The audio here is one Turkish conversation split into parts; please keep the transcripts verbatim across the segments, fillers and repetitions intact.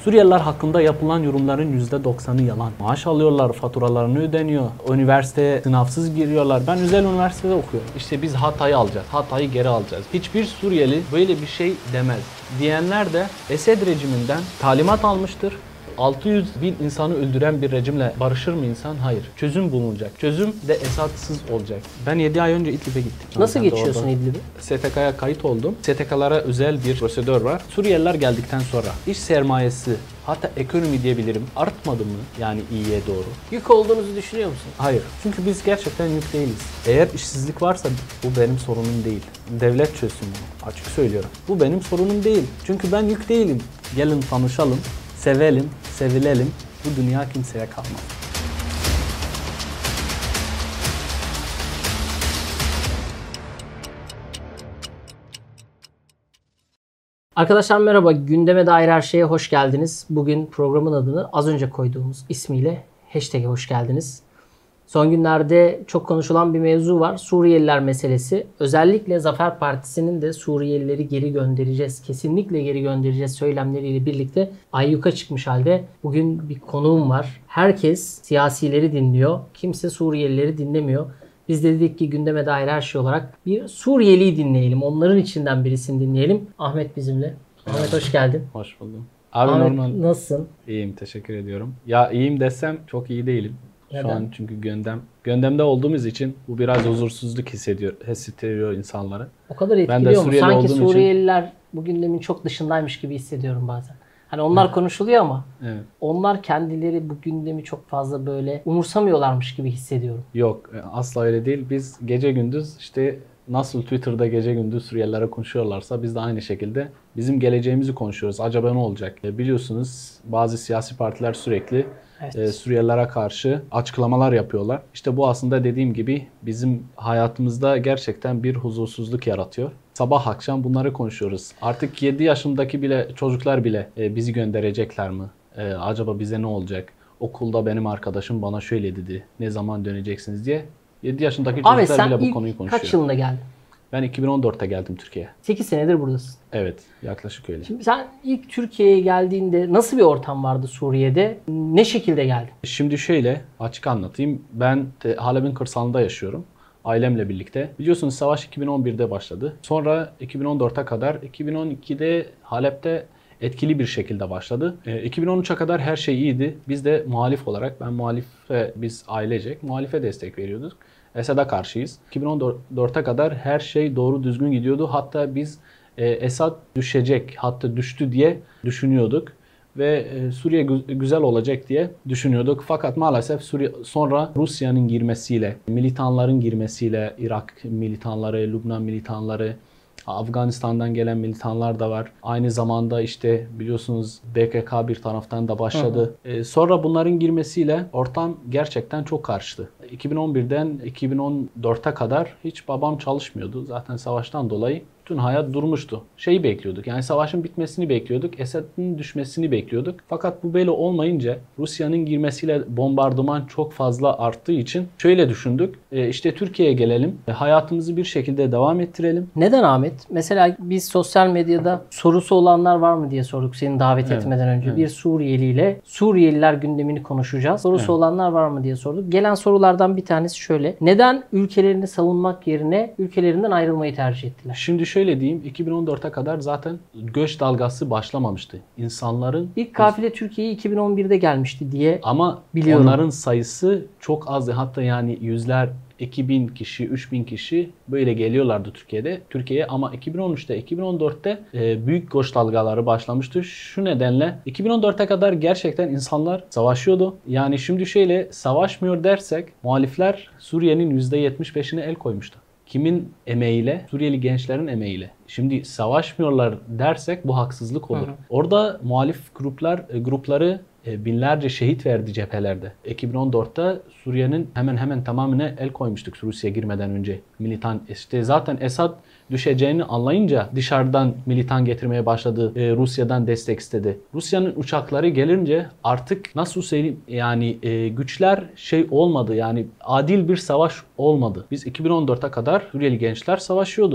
Suriyeliler hakkında yapılan yorumların yüzde doksanı yalan. Maaş alıyorlar, faturalarını ödeniyor. Üniversiteye sınavsız giriyorlar. Ben özel üniversitede okuyorum. İşte biz Hatay'ı alacağız, Hatay'ı geri alacağız. Hiçbir Suriyeli böyle bir şey demez. Diyenler de Esed rejiminden talimat almıştır. altı yüz bin insanı öldüren bir rejimle barışır mı insan? Hayır. Çözüm bulunacak. Çözüm de Esad'sız olacak. Ben yedi ay önce İdlib'e gittim. Nasıl Ben geçiyorsun İdlib'i? S T K'ya kayıt oldum. S T K'lara özel bir prosedür var. Suriyeliler geldikten sonra iş sermayesi, hatta ekonomi diyebilirim, artmadı mı yani iyiye doğru? Yük olduğunuzu düşünüyor musun? Hayır. Çünkü biz gerçekten yük değiliz. Eğer işsizlik varsa bu benim sorunum değil. Devlet çözsün bunu. Açık söylüyorum. Bu benim sorunum değil. Çünkü ben yük değilim. Gelin tanışalım, sevelim, sevilelim. Bu dünya kimseye kalmaz. Arkadaşlar merhaba. Gündeme dair her şeye hoş geldiniz. Bugün programın adını az önce koyduğumuz ismiyle hashtag'e hoş geldiniz. Son günlerde çok konuşulan bir mevzu var. Suriyeliler meselesi. Özellikle Zafer Partisi'nin de Suriyelileri geri göndereceğiz, kesinlikle geri göndereceğiz söylemleriyle birlikte ayyuka çıkmış halde. Bugün bir konuğum var. Herkes siyasileri dinliyor. Kimse Suriyelileri dinlemiyor. Biz de dedik ki gündeme dair her şey olarak bir Suriyeli'yi dinleyelim. Onların içinden birisini dinleyelim. Ahmet bizimle. Ahmet hoş geldin. Hoş buldum. Abi Ahmet normal. nasılsın? İyiyim, teşekkür ediyorum. Ya iyiyim desem çok iyi değilim. Şu Neden? an çünkü gündem gündemde olduğumuz için bu biraz huzursuzluk hissediyor, hissettiriyor insanları. O kadar Ben de etkiliyor mu? Suriyeli Sanki olduğum için- Suriyeliler bu gündemin çok dışındaymış gibi hissediyorum bazen. Hani onlar konuşuluyor ama Evet. onlar kendileri bu gündemi çok fazla böyle umursamıyorlarmış gibi hissediyorum. Yok, asla öyle değil. Biz gece gündüz işte nasıl Twitter'da gece gündüz Suriyelilere konuşuyorlarsa biz de aynı şekilde bizim geleceğimizi konuşuyoruz. Acaba ne olacak? E, Biliyorsunuz bazı siyasi partiler sürekli Evet. e, Suriyelilere karşı açıklamalar yapıyorlar. İşte bu aslında dediğim gibi bizim hayatımızda gerçekten bir huzursuzluk yaratıyor. Sabah akşam bunları konuşuyoruz. Artık yedi yaşındaki bile çocuklar bile e, bizi gönderecekler mi? E, acaba bize ne olacak? Okulda benim arkadaşım bana şöyle dedi. Ne zaman döneceksiniz diye. yedi yaşındaki Abi çocuklar sen bile bu ilk konuyu konuşuyor. kaç yılında geldin? Ben iki bin on dörtte geldim Türkiye'ye. sekiz senedir buradasın. Evet, yaklaşık öyle. Şimdi sen ilk Türkiye'ye geldiğinde nasıl bir ortam vardı Suriye'de? Ne şekilde geldin? Şimdi şöyle açık anlatayım. Ben de Halep'in kırsalında yaşıyorum. Ailemle birlikte. Biliyorsunuz savaş iki bin on birde başladı. Sonra iki bin on dörte kadar, iki bin on ikide Halep'te etkili bir şekilde başladı. E, iki bin on üçe kadar her şey iyiydi. Biz de muhalif olarak, ben muhalife, biz ailecek muhalife destek veriyorduk. Esad'a karşıyız. iki bin on dörte kadar her şey doğru düzgün gidiyordu. Hatta biz e, Esad düşecek, hatta düştü diye düşünüyorduk. Ve e, Suriye gü- güzel olacak diye düşünüyorduk. Fakat maalesef Suriye sonra Rusya'nın girmesiyle, militanların girmesiyle, Irak militanları, Lübnan militanları, Afganistan'dan gelen militanlar da var. Aynı zamanda işte biliyorsunuz B K K bir taraftan da başladı. Ee, sonra bunların girmesiyle ortam gerçekten çok karıştı. iki bin on birden iki bin on dörte kadar hiç babam çalışmıyordu. Zaten savaştan dolayı bütün hayat durmuştu. Şeyi bekliyorduk. Yani savaşın bitmesini bekliyorduk. Esad'ın düşmesini bekliyorduk. Fakat bu böyle olmayınca Rusya'nın girmesiyle bombardıman çok fazla arttığı için şöyle düşündük. E, işte Türkiye'ye gelelim. E, hayatımızı bir şekilde devam ettirelim. Neden Ahmet? Mesela biz sosyal medyada sorusu olanlar var mı diye sorduk seni davet Evet, etmeden önce. evet. Bir Suriyeliyle Suriyeliler gündemini konuşacağız. Sorusu Evet. olanlar var mı diye sorduk. Gelen sorulardan bir tanesi şöyle. Neden ülkelerini savunmak yerine ülkelerinden ayrılmayı tercih ettiler? Şimdi şöyle diyeyim. iki bin on dörte kadar zaten göç dalgası başlamamıştı. İnsanların İlk kafile Türkiye'ye iki bin on birde gelmişti diye. ama Biliyorum. onların sayısı çok azdı. Hatta yani yüzler, iki bin kişi, üç bin kişi böyle geliyorlardı Türkiye'de. Türkiye'ye ama iki bin on üçte, iki bin on dörtte e, büyük göç dalgaları başlamıştı. Şu nedenle iki bin on dörte kadar gerçekten insanlar savaşıyordu. Yani şimdi şöyle savaşmıyor dersek muhalifler Suriye'nin yüzde yetmiş beşine el koymuştu. Kimin emeğiyle? Suriyeli gençlerin emeğiyle. Şimdi savaşmıyorlar dersek bu haksızlık olur. Hı hı. Orada muhalif gruplar e, grupları e, binlerce şehit verdi cephelerde. iki bin on dörtte Suriye'nin hemen hemen tamamına el koymuştuk Rusya'ya girmeden önce. Militan işte zaten Esad düşeceğini anlayınca dışarıdan militan getirmeye başladı. E, Rusya'dan destek istedi. Rusya'nın uçakları gelince artık nasıl söyleyeyim yani e, güçler şey olmadı yani adil bir savaş olmadı. Biz iki bin on dörte kadar Suriyeli gençler savaşıyordu.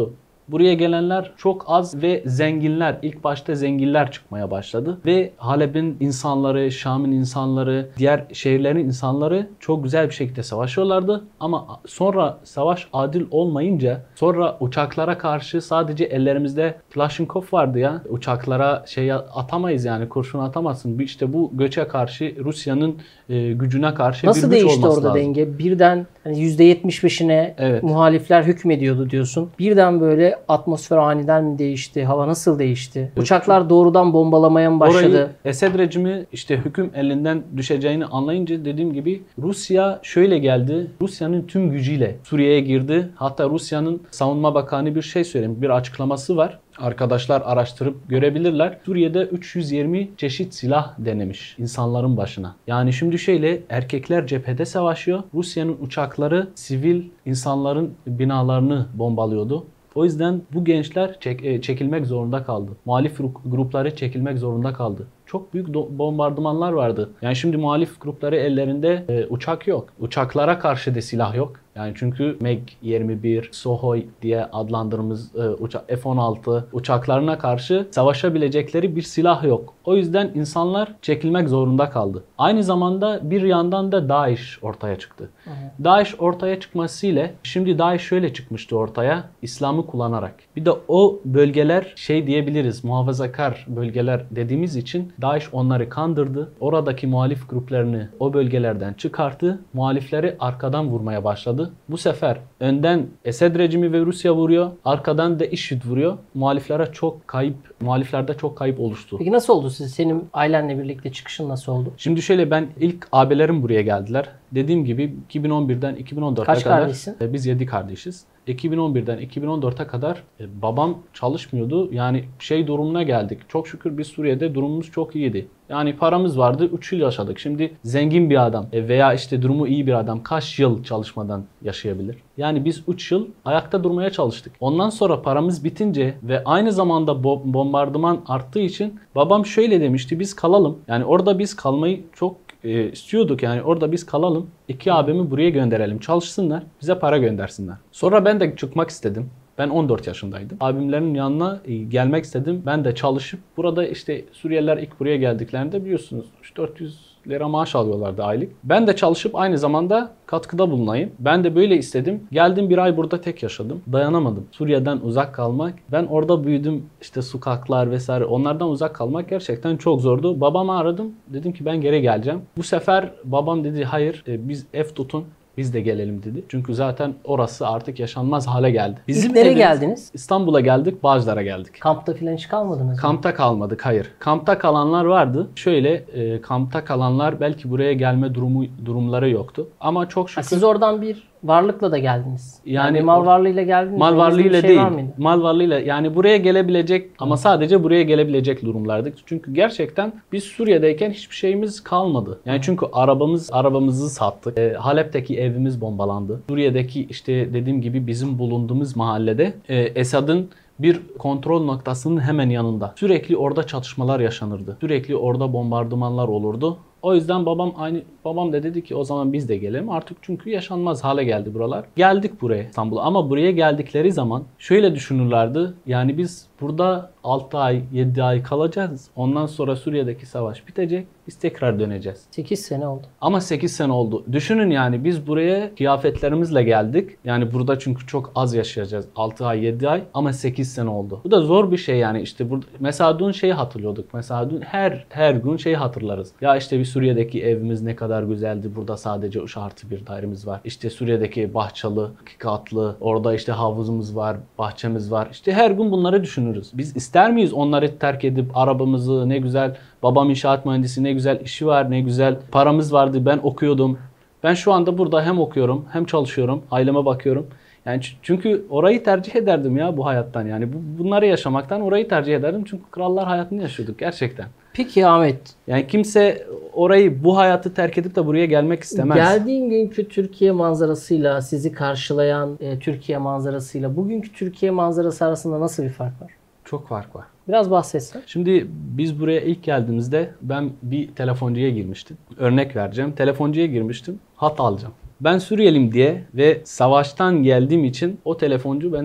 Buraya gelenler çok az ve zenginler, ilk başta zenginler çıkmaya başladı. Ve Halep'in insanları, Şam'ın insanları, diğer şehirlerin insanları çok güzel bir şekilde savaşıyorlardı. Ama sonra savaş adil olmayınca, sonra uçaklara karşı sadece ellerimizde Kalashnikov vardı ya. Uçaklara şey atamayız yani, kurşun atamazsın. İşte bu göçe karşı, Rusya'nın e, gücüne karşı Nasıl bir güç değişti olması orada lazım. denge? Birden hani yüzde yetmiş beşine Evet. muhalifler hükmediyordu diyorsun. Birden böyle atmosfer aniden mi değişti? Hava nasıl değişti? Uçaklar doğrudan bombalamaya mı başladı? Orayı Esed rejimi işte hüküm elinden düşeceğini anlayınca dediğim gibi Rusya şöyle geldi. Rusya'nın tüm gücüyle Suriye'ye girdi. Hatta Rusya'nın savunma bakanı bir şey söylemiş. Bir açıklaması var. Arkadaşlar araştırıp görebilirler. Suriye'de üç yüz yirmi çeşit silah denemiş insanların başına. Yani şimdi şöyle, erkekler cephede savaşıyor. Rusya'nın uçakları sivil insanların binalarını bombalıyordu. O yüzden bu gençler çek, çekilmek zorunda kaldı. Muhalif grupları çekilmek zorunda kaldı. Çok büyük bombardımanlar vardı. Yani şimdi muhalif grupları ellerinde e, uçak yok. Uçaklara karşı da silah yok. Yani çünkü M E G yirmi bir, Sukhoi diye adlandırdığımız e, uça- F on altı uçaklarına karşı savaşabilecekleri bir silah yok. O yüzden insanlar çekilmek zorunda kaldı. Aynı zamanda bir yandan da DAEŞ ortaya çıktı. Hı hı. DAEŞ ortaya çıkmasıyla, şimdi DAEŞ şöyle çıkmıştı ortaya, İslam'ı kullanarak. Bir de o bölgeler şey diyebiliriz, muhafazakar bölgeler dediğimiz için DAEŞ onları kandırdı. Oradaki muhalif gruplarını o bölgelerden çıkarttı. Muhalifleri arkadan vurmaya başladı. Bu sefer önden Esed rejimi ve Rusya vuruyor. Arkadan da IŞİD vuruyor. Muhaliflere çok kayıp, muhaliflerde çok kayıp oluştu. Peki nasıl oldu siz? Senin ailenle birlikte çıkışın nasıl oldu? Şimdi şöyle, ben ilk abilerim buraya geldiler. Dediğim gibi iki bin on birden iki bin on dörte Kaç kadar kardeşsin? biz yedi kardeşiz. iki bin on birden iki bin on dörte kadar e, babam çalışmıyordu. Yani şey durumuna geldik. Çok şükür biz Suriye'de durumumuz çok iyiydi. Yani paramız vardı. üç yıl yaşadık. Şimdi zengin bir adam e, veya işte durumu iyi bir adam kaç yıl çalışmadan yaşayabilir? Yani biz üç yıl ayakta durmaya çalıştık. Ondan sonra paramız bitince ve aynı zamanda bo- bombardıman arttığı için babam şöyle demişti: biz kalalım. Yani orada biz kalmayı çok e, istiyorduk. Yani orada biz kalalım. İki abimi buraya gönderelim. Çalışsınlar. Bize para göndersinler. Sonra ben de çıkmak istedim. Ben on dört yaşındaydım. Abimlerin yanına gelmek istedim. Ben de çalışıp burada işte Suriyeliler ilk buraya geldiklerinde biliyorsunuz üç dört yüz lira maaş alıyorlardı aylık. Ben de çalışıp aynı zamanda katkıda bulunayım. Ben de böyle istedim. Geldim, bir ay burada tek yaşadım. Dayanamadım. Suriye'den uzak kalmak. Ben orada büyüdüm. İşte sokaklar vesaire. Onlardan uzak kalmak gerçekten çok zordu. Babamı aradım. Dedim ki ben geri geleceğim. Bu sefer babam dedi hayır, biz ev tutun. Biz de gelelim dedi. Çünkü zaten orası artık yaşanmaz hale geldi. Bizim İlk nereye evimiz, geldiniz? İstanbul'a geldik, Bağcılar'a geldik. Kampta falan hiç kalmadınız mı? Kampta kalmadık, hayır. Kampta kalanlar vardı. Şöyle, e, kampta kalanlar belki buraya gelme durumu durumları yoktu. Ama çok şükür. Ha, siz oradan bir varlıkla da geldiniz. Yani, yani mal or- varlığıyla geldiniz. Mal varlığıyla şey değil. var mıydı? Mal varlığıyla, yani buraya gelebilecek ama sadece buraya gelebilecek durumlardık. Çünkü gerçekten biz Suriye'deyken hiçbir şeyimiz kalmadı. Yani çünkü arabamız arabamızı sattık. E, Halep'teki evimiz bombalandı. Suriye'deki işte dediğim gibi bizim bulunduğumuz mahallede e, Esad'ın bir kontrol noktasının hemen yanında. Sürekli orada çatışmalar yaşanırdı. Sürekli orada bombardımanlar olurdu. O yüzden babam aynı babam da dedi ki o zaman biz de gelelim. Artık çünkü yaşanmaz hale geldi buralar. Geldik buraya, İstanbul'a, ama buraya geldikleri zaman şöyle düşünürlerdi. Yani biz burada altı ay, yedi ay kalacağız. Ondan sonra Suriye'deki savaş bitecek. Biz tekrar döneceğiz. sekiz sene oldu. Ama sekiz sene oldu. Düşünün yani biz buraya kıyafetlerimizle geldik. Yani burada çünkü çok az yaşayacağız. altı ay, yedi ay ama sekiz sene oldu. Bu da zor bir şey yani. İşte burada mesela dün şeyi hatırlıyorduk. Mesela dün her her gün şeyi hatırlarız. Ya işte bir Suriye'deki evimiz ne kadar güzeldi. Burada sadece üç artı bir dairemiz var. İşte Suriye'deki bahçeli, iki katlı. Orada işte havuzumuz var, bahçemiz var. İşte her gün bunları düşünürüz. Biz ister miyiz onları terk edip arabamızı, ne güzel babam inşaat mühendisi, ne güzel işi var, ne güzel paramız vardı, ben okuyordum. Ben şu anda burada hem okuyorum hem çalışıyorum, aileme bakıyorum. Yani çünkü orayı tercih ederdim ya bu hayattan. Yani bu, bunları yaşamaktan orayı tercih ederdim. Çünkü krallar hayatını yaşıyorduk gerçekten. Peki Ahmet. Yani kimse orayı, bu hayatı terk edip de buraya gelmek istemez. Geldiğin günkü Türkiye manzarasıyla sizi karşılayan e, Türkiye manzarasıyla bugünkü Türkiye manzarası arasında nasıl bir fark var? Çok fark var. Biraz bahsetsen. Şimdi biz buraya ilk geldiğimizde ben bir telefoncuya girmiştim. Örnek vereceğim. Telefoncuya girmiştim. Hat alacağım. Ben Suriyeliyim diye ve savaştan geldiğim için o telefoncu benden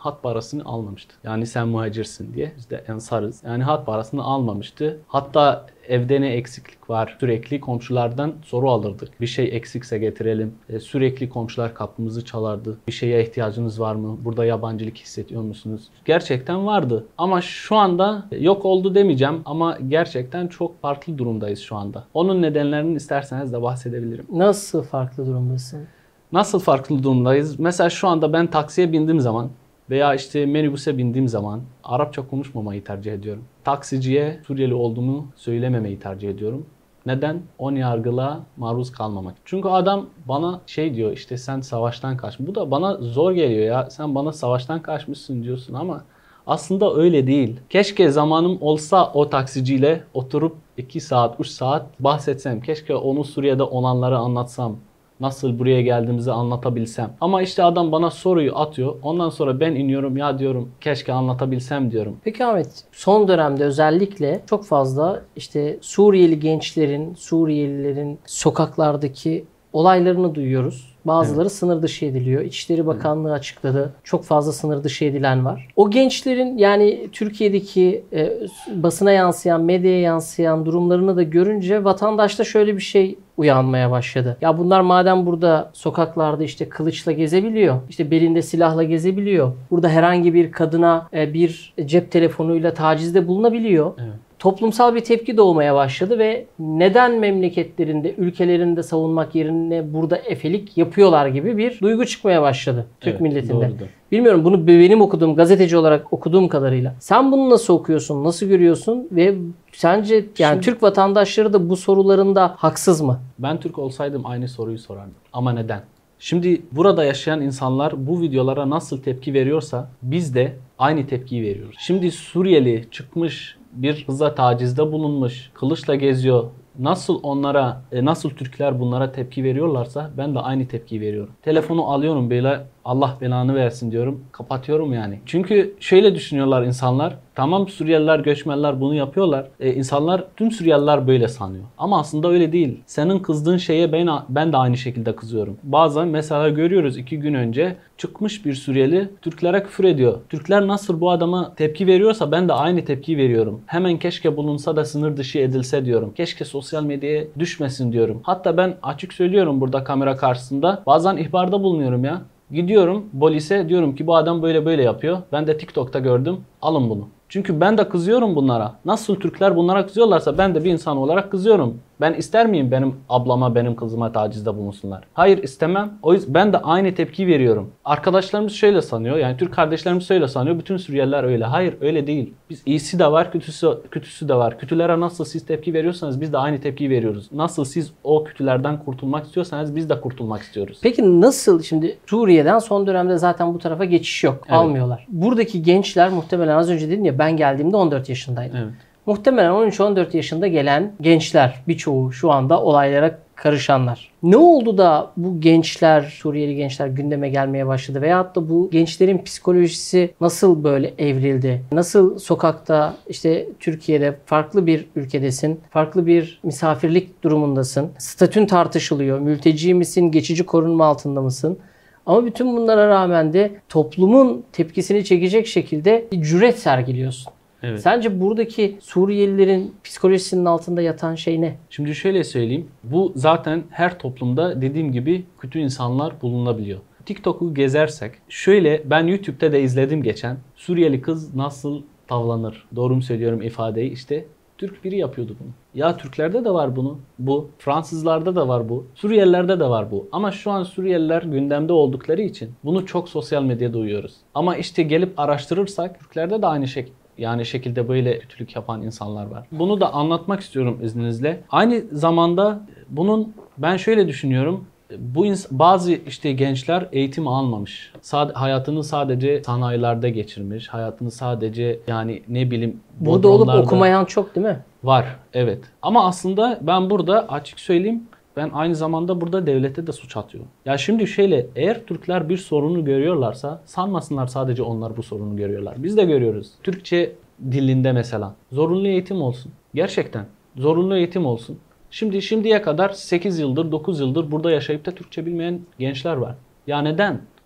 hat parasını almamıştı. Yani sen muhacirsin diye. Biz de ensarız. Yani hat parasını almamıştı. Hatta evde ne eksiklik var? Sürekli komşulardan soru alırdık. Bir şey eksikse getirelim. E, sürekli komşular kapımızı çalardı. Bir şeye ihtiyacınız var mı? Burada yabancılık hissediyor musunuz? Gerçekten vardı. Ama şu anda yok oldu demeyeceğim ama gerçekten çok farklı durumdayız şu anda. Onun nedenlerini isterseniz de bahsedebilirim. Nasıl farklı durumdasın? Nasıl farklı durumdayız? Mesela şu anda ben taksiye bindiğim zaman veya işte minibüse bindiğim zaman Arapça konuşmamayı tercih ediyorum. Taksiciye Suriyeli olduğumu söylememeyi tercih ediyorum. Neden? Ön yargıla maruz kalmamak. Çünkü adam bana şey diyor, işte sen savaştan kaç. Bu da bana zor geliyor ya. Sen bana savaştan kaçmışsın diyorsun ama aslında öyle değil. Keşke zamanım olsa o taksiciyle oturup iki saat, üç saat bahsetsem. Keşke onu Suriye'de olanları anlatsam. Nasıl buraya geldiğimizi anlatabilsem. Ama işte adam bana soruyu atıyor. Ondan sonra ben iniyorum, ya diyorum keşke anlatabilsem diyorum. Peki Ahmet, son dönemde özellikle çok fazla işte Suriyeli gençlerin, Suriyelilerin sokaklardaki olaylarını duyuyoruz. Bazıları evet. sınır dışı ediliyor. İçişleri Bakanlığı evet. açıkladı. Çok fazla sınır dışı edilen var. O gençlerin yani Türkiye'deki e, basına yansıyan, medyaya yansıyan durumlarını da görünce vatandaşta şöyle bir şey uyanmaya başladı. Ya bunlar madem burada sokaklarda işte kılıçla gezebiliyor, işte belinde silahla gezebiliyor, burada herhangi bir kadına e, bir cep telefonuyla tacizde bulunabiliyor. Evet. Toplumsal bir tepki doğmaya başladı ve neden memleketlerinde, ülkelerinde savunmak yerine burada efelik yapıyorlar gibi bir duygu çıkmaya başladı Türk evet, milletinde. Doğrudur. Bilmiyorum, bunu benim okuduğum, gazeteci olarak okuduğum kadarıyla. Sen bunu nasıl okuyorsun, nasıl görüyorsun ve sence yani Şimdi, Türk vatandaşları da bu sorularında haksız mı? Ben Türk olsaydım aynı soruyu sorardım. Ama neden? Şimdi burada yaşayan insanlar bu videolara nasıl tepki veriyorsa biz de aynı tepkiyi veriyoruz. Şimdi Suriyeli çıkmış, bir kıza tacizde bulunmuş, kılıçla geziyor. Nasıl onlara, nasıl Türkler bunlara tepki veriyorlarsa ben de aynı tepkiyi veriyorum. Telefonu alıyorum böyle, Allah belanı versin diyorum. Kapatıyorum yani. Çünkü şöyle düşünüyorlar insanlar. Tamam, Suriyeliler, göçmenler bunu yapıyorlar. E, insanlar, tüm Suriyeliler böyle sanıyor. Ama aslında öyle değil. Senin kızdığın şeye ben, ben de aynı şekilde kızıyorum. Bazen mesela görüyoruz, iki gün önce çıkmış bir Suriyeli Türklere küfür ediyor. Türkler nasıl bu adama tepki veriyorsa ben de aynı tepki veriyorum. Hemen keşke bulunsa da sınır dışı edilse diyorum. Keşke sosyal medyaya düşmesin diyorum. Hatta ben açık söylüyorum burada kamera karşısında. Bazen ihbarda bulunuyorum ya. Gidiyorum polise, diyorum ki bu adam böyle böyle yapıyor. Ben de TikTok'ta gördüm. Alın bunu. Çünkü ben de kızıyorum bunlara. Nasıl Türkler bunlara kızıyorlarsa ben de bir insan olarak kızıyorum. Ben ister miyim benim ablama, benim kızıma tacizde bulunsunlar? Hayır, istemem. O yüzden ben de aynı tepki veriyorum. Arkadaşlarımız şöyle sanıyor. Yani Türk kardeşlerimiz şöyle sanıyor. Bütün Suriyeliler öyle. Hayır, öyle değil. Biz iyisi de var, kötüsü, kötüsü de var. Kötülere nasıl siz tepki veriyorsanız biz de aynı tepki veriyoruz. Nasıl siz o kötülerden kurtulmak istiyorsanız biz de kurtulmak istiyoruz. Peki nasıl şimdi Suriye'den son dönemde zaten bu tarafa geçiş yok. Evet. Almıyorlar. Buradaki gençler muhtemelen az önce dedim ya, ben geldiğimde on dört yaşındaydım. Evet. Muhtemelen on üç on dört yaşında gelen gençler, birçoğu şu anda olaylara karışanlar. Ne oldu da bu gençler, Suriyeli gençler gündeme gelmeye başladı? Veyahut da bu gençlerin psikolojisi nasıl böyle evrildi? Nasıl sokakta, işte Türkiye'de farklı bir ülkedesin, farklı bir misafirlik durumundasın. Statün tartışılıyor. Mülteci misin, geçici korunma altında mısın? Ama bütün bunlara rağmen de toplumun tepkisini çekecek şekilde bir cüret sergiliyorsun. Evet. Sence buradaki Suriyelilerin psikolojisinin altında yatan şey ne? Şimdi şöyle söyleyeyim. Bu zaten her toplumda dediğim gibi kötü insanlar bulunabiliyor. TikTok'u gezersek, şöyle ben YouTube'da da izledim geçen. Suriyeli kız nasıl tavlanır? Doğru mu söylüyorum ifadeyi? İşte Türk biri yapıyordu bunu. Ya Türklerde de var bunu. Bu. Fransızlarda da var bu. Suriyelilerde de var bu. Ama şu an Suriyeliler gündemde oldukları için bunu çok sosyal medyada duyuyoruz. Ama işte gelip araştırırsak Türklerde de aynı şey. Yani şekilde böyle kötülük yapan insanlar var. Bunu da anlatmak istiyorum izninizle. Aynı zamanda bunun ben şöyle düşünüyorum. Bu bazı işte gençler eğitim almamış. Sad- hayatını sadece sanayilerde geçirmiş. Hayatını sadece yani ne bileyim burada olup okumayan çok değil mi? Var, evet. Ama aslında ben burada açık söyleyeyim, ben aynı zamanda burada devlete de suç atıyorum. Ya şimdi şöyle, eğer Türkler bir sorunu görüyorlarsa sanmasınlar sadece onlar bu sorunu görüyorlar. Biz de görüyoruz. Türkçe dilinde mesela zorunlu eğitim olsun. Gerçekten zorunlu eğitim olsun. Şimdi şimdiye kadar sekiz yıldır, dokuz yıldır burada yaşayıp da Türkçe bilmeyen gençler var. Ya neden?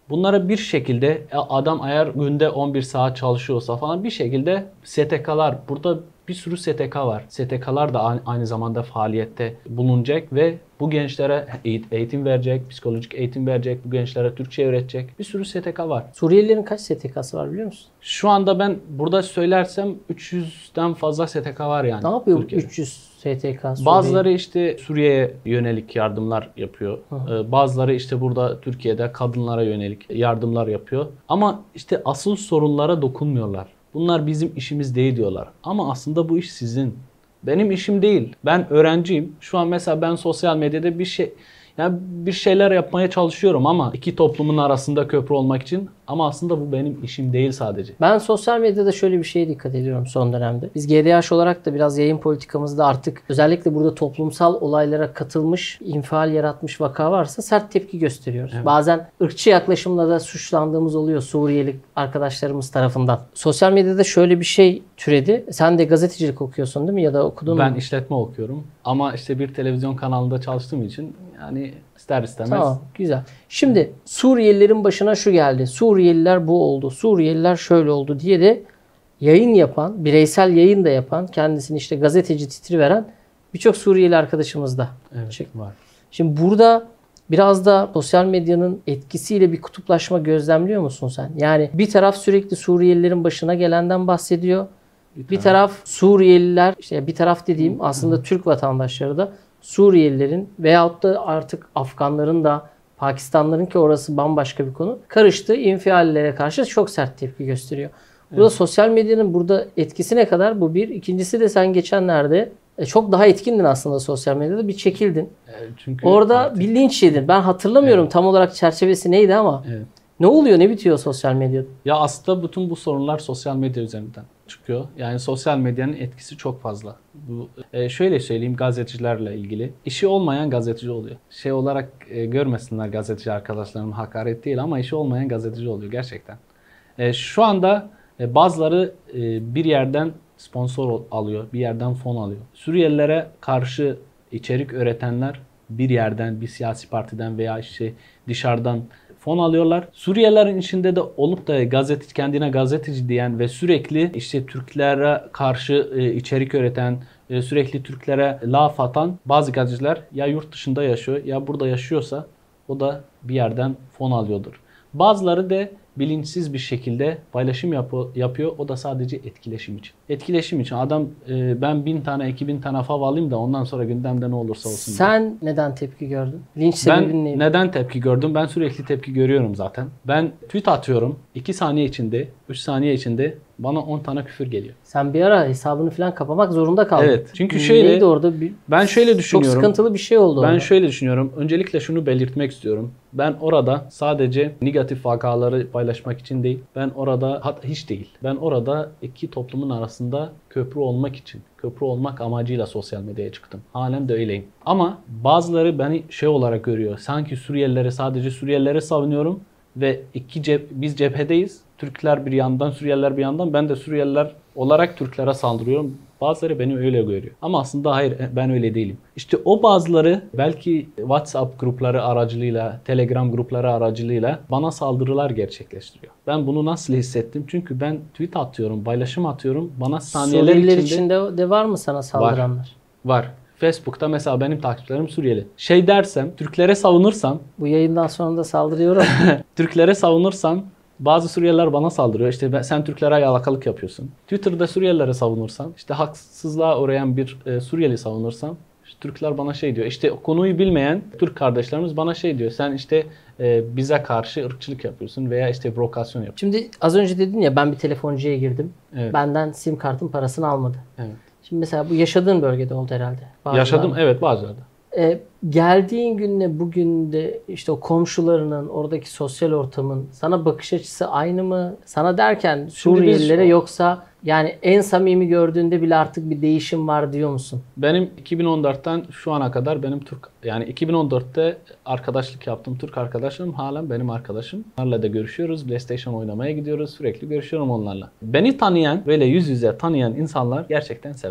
Bunlara bir şekilde adam eğer günde on bir saat çalışıyorsa falan bir şekilde S T K'lar burada bir sürü S T K var. S T K'lar da aynı zamanda faaliyette bulunacak ve bu gençlere eğitim verecek, psikolojik eğitim verecek, bu gençlere Türkçe öğretecek bir sürü S T K var. Suriyelilerin kaç S T K'sı var biliyor musun? Şu anda ben burada söylersem üç yüzden fazla S T K var yani. Ne yapıyor Türkiye'de. üç yüz S T K? Suriye? Bazıları işte Suriye'ye yönelik yardımlar yapıyor. Hı. Bazıları işte burada Türkiye'de kadınlara yönelik yardımlar yapıyor. Ama işte asıl sorunlara dokunmuyorlar. Bunlar bizim işimiz değil diyorlar. Ama aslında bu iş sizin. Benim işim değil. Ben öğrenciyim. Şu an mesela ben sosyal medyada bir şey yani bir şeyler yapmaya çalışıyorum ama iki toplumun arasında köprü olmak için. Ama aslında bu benim işim değil sadece. Ben sosyal medyada şöyle bir şeye dikkat ediyorum son dönemde. Biz G D H olarak da biraz yayın politikamızda artık özellikle burada toplumsal olaylara katılmış, infial yaratmış vaka varsa sert tepki gösteriyoruz. Evet. Bazen ırkçı yaklaşımla da suçlandığımız oluyor Suriyeli arkadaşlarımız tarafından. Sosyal medyada şöyle bir şey türedi. Sen de gazetecilik okuyorsun değil mi? Ya da okudun ben mu? Ben işletme okuyorum. Ama işte bir televizyon kanalında çalıştığım için yani ister istemez. Tamam, güzel. Şimdi Suriyelilerin başına şu geldi. Suriyeliler bu oldu. Suriyeliler şöyle oldu diye de yayın yapan, bireysel yayın da yapan, kendisini işte gazeteci titri veren birçok Suriyeli arkadaşımız da evet, var. Şimdi burada biraz da sosyal medyanın etkisiyle bir kutuplaşma gözlemliyor musun sen? Yani bir taraf sürekli Suriyelilerin başına gelenden bahsediyor. Bir taraf, bir taraf Suriyeliler, işte bir taraf dediğim aslında Türk vatandaşları da Suriyelilerin veyahut da artık Afganların da Pakistanlıların ki orası bambaşka bir konu. Karıştığı infiallere karşı çok sert tepki gösteriyor. Burada evet. Sosyal medyanın burada etkisi ne kadar? Bu bir. İkincisi de sen geçenlerde çok daha etkindin aslında sosyal medyada. Bir çekildin. Evet, çünkü Orada artık... bir linç yedin. Ben hatırlamıyorum evet. tam olarak çerçevesi neydi ama. Evet. Ne oluyor? Ne bitiyor sosyal medyada? Ya aslında bütün bu sorunlar sosyal medya üzerinden çıkıyor. Yani sosyal medyanın etkisi çok fazla. Bu e, şöyle söyleyeyim gazetecilerle ilgili. İşi olmayan gazeteci oluyor. Şey olarak e, görmesinler gazeteci arkadaşlarım hakaret değil ama işi olmayan gazeteci oluyor gerçekten. E, şu anda e, bazıları e, bir yerden sponsor alıyor, bir yerden fon alıyor. Suriyelilere karşı içerik üretenler bir yerden, bir siyasi partiden veya işte dışarıdan fon alıyorlar. Suriyelilerin içinde de olup da gazete, kendine gazeteci diyen ve sürekli işte Türklere karşı e, içerik üreten, e, sürekli Türklere laf atan bazı gazeteciler ya yurt dışında yaşıyor ya burada yaşıyorsa o da bir yerden fon alıyordur. Bazıları da bilinçsiz bir şekilde paylaşım yapı, yapıyor. O da sadece etkileşim için. Etkileşim için. Adam e, ben bin tane, iki bin tane fav alayım da ondan sonra gündemde ne olursa olsun. Sen diye. Neden tepki gördün? Linç sebebin neydi? Ben neden tepki gördüm? Ben sürekli tepki görüyorum zaten. Ben tweet atıyorum. iki saniye içinde, üç saniye içinde bana on tane küfür geliyor. Sen bir ara hesabını falan kapamak zorunda kaldın. Evet. Çünkü şöyle. Neydi orada? Bir, ben şöyle düşünüyorum. Çok sıkıntılı bir şey oldu Ben orada. şöyle düşünüyorum. Öncelikle şunu belirtmek istiyorum. Ben orada sadece negatif vakaları paylaşmak için değil. Ben orada hatta hiç değil. Ben orada iki toplumun arasında köprü olmak için, köprü olmak amacıyla sosyal medyaya çıktım. Halen de öyleyim. Ama bazıları beni şey olarak görüyor. Sanki Suriyelilere sadece Suriyelilere savunuyorum ve iki cep biz cephedeyiz. Türkler bir yandan, Suriyeliler bir yandan. Ben de Suriyeliler olarak Türklere saldırıyorum. Bazıları beni öyle görüyor. Ama aslında hayır, ben öyle değilim. İşte o bazıları belki WhatsApp grupları aracılığıyla, Telegram grupları aracılığıyla bana saldırılar gerçekleştiriyor. Ben bunu nasıl hissettim? Çünkü ben tweet atıyorum, paylaşım atıyorum. Bana saniyeler Suriyeliler içinde... içinde de var mı sana saldıranlar? Var. Var. Facebook'ta mesela benim takipçilerim Suriyeli. Şey dersem, Türklere savunursam... Bu yayından sonra da saldırıyorum. Türklere savunursam bazı Suriyeliler bana saldırıyor. İşte ben, sen Türklere yalakalık yapıyorsun. Twitter'da Suriyelilere savunursam, işte haksızlığa uğrayan bir e, Suriyeli savunursam, işte Türkler bana şey diyor. İşte konuyu bilmeyen Türk kardeşlerimiz bana şey diyor. Sen işte e, bize karşı ırkçılık yapıyorsun veya işte provokasyon yapıyorsun. Şimdi az önce dedin ya ben bir telefoncuya girdim. Evet. Benden sim kartın parasını almadı. Evet. Şimdi mesela bu yaşadığın bölgede oldu herhalde. Bazıları. Yaşadım evet bazıları. Ee, geldiğin günle bugün de işte o komşularının, oradaki sosyal ortamın sana bakış açısı aynı mı? Sana derken Suriyelilere biz... yoksa yani en samimi gördüğünde bile artık bir değişim var diyor musun? Benim iki bin on dörtten şu ana kadar benim Türk yani iki bin on dörtte arkadaşlık yaptım. Türk arkadaşım halen benim arkadaşım. Onlarla da görüşüyoruz. PlayStation oynamaya gidiyoruz. Sürekli görüşüyorum onlarla. Beni tanıyan böyle yüz yüze tanıyan insanlar gerçekten sever.